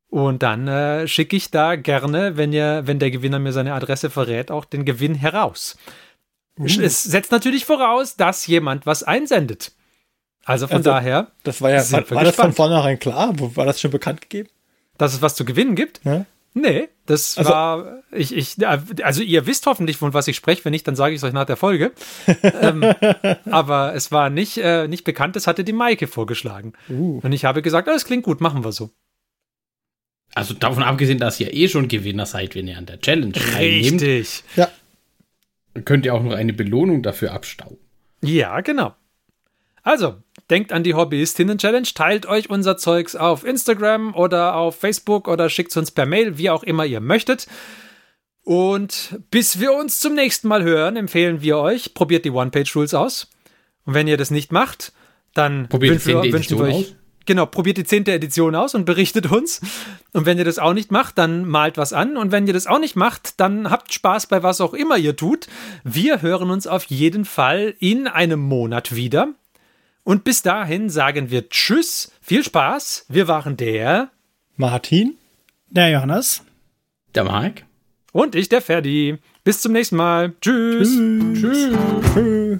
Und dann äh, schicke ich da gerne, wenn ihr, wenn der Gewinner mir seine Adresse verrät, auch den Gewinn heraus. Uh. Es setzt natürlich voraus, dass jemand was einsendet. Also von also, daher. Das war ja, war, war das von vornherein klar? War das schon bekannt gegeben? Dass es was zu gewinnen gibt? Ja? Nee, das also, war, ich, ich, also ihr wisst hoffentlich, von was ich spreche. Wenn nicht, dann sage ich es euch nach der Folge. ähm, aber es war nicht, äh, nicht bekannt, das hatte die Maike vorgeschlagen. Uh. Und ich habe gesagt, oh, das klingt gut, machen wir so. Also davon abgesehen, dass ihr eh schon Gewinner seid, wenn ihr an der Challenge teilnehmt. Richtig. Ja. Könnt ihr auch noch eine Belohnung dafür abstauben. Ja, genau. Also, denkt an die Hobbyistinnen-Challenge, teilt euch unser Zeugs auf Instagram oder auf Facebook oder schickt es uns per Mail, wie auch immer ihr möchtet. Und bis wir uns zum nächsten Mal hören, empfehlen wir euch, probiert die One-Page-Rules aus. Und wenn ihr das nicht macht, dann probiert wünschen wir, wünschen wir euch... Aus. Genau, probiert die zehnte Edition aus und berichtet uns. Und wenn ihr das auch nicht macht, dann malt was an. Und wenn ihr das auch nicht macht, dann habt Spaß bei was auch immer ihr tut. Wir hören uns auf jeden Fall in einem Monat wieder. Und bis dahin sagen wir Tschüss, viel Spaß. Wir waren der Martin, der Johannes, der Marc und ich, der Ferdi. Bis zum nächsten Mal. Tschüss. Tschüss. Tschüss.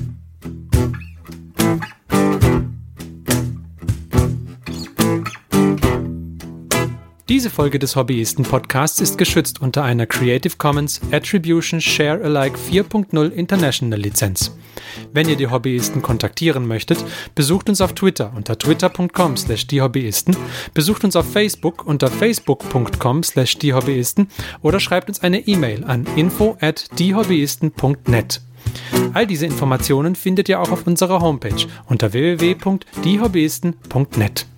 Diese Folge des Hobbyisten-Podcasts ist geschützt unter einer Creative Commons Attribution Share Alike vier Punkt null International Lizenz. Wenn ihr die Hobbyisten kontaktieren möchtet, besucht uns auf Twitter unter twitter punkt com slash die Hobbyisten, besucht uns auf Facebook unter facebook punkt com slash die Hobbyisten oder schreibt uns eine E-Mail an info at diehobbyisten punkt net. All diese Informationen findet ihr auch auf unserer Homepage unter w w w punkt die hobbyisten punkt net.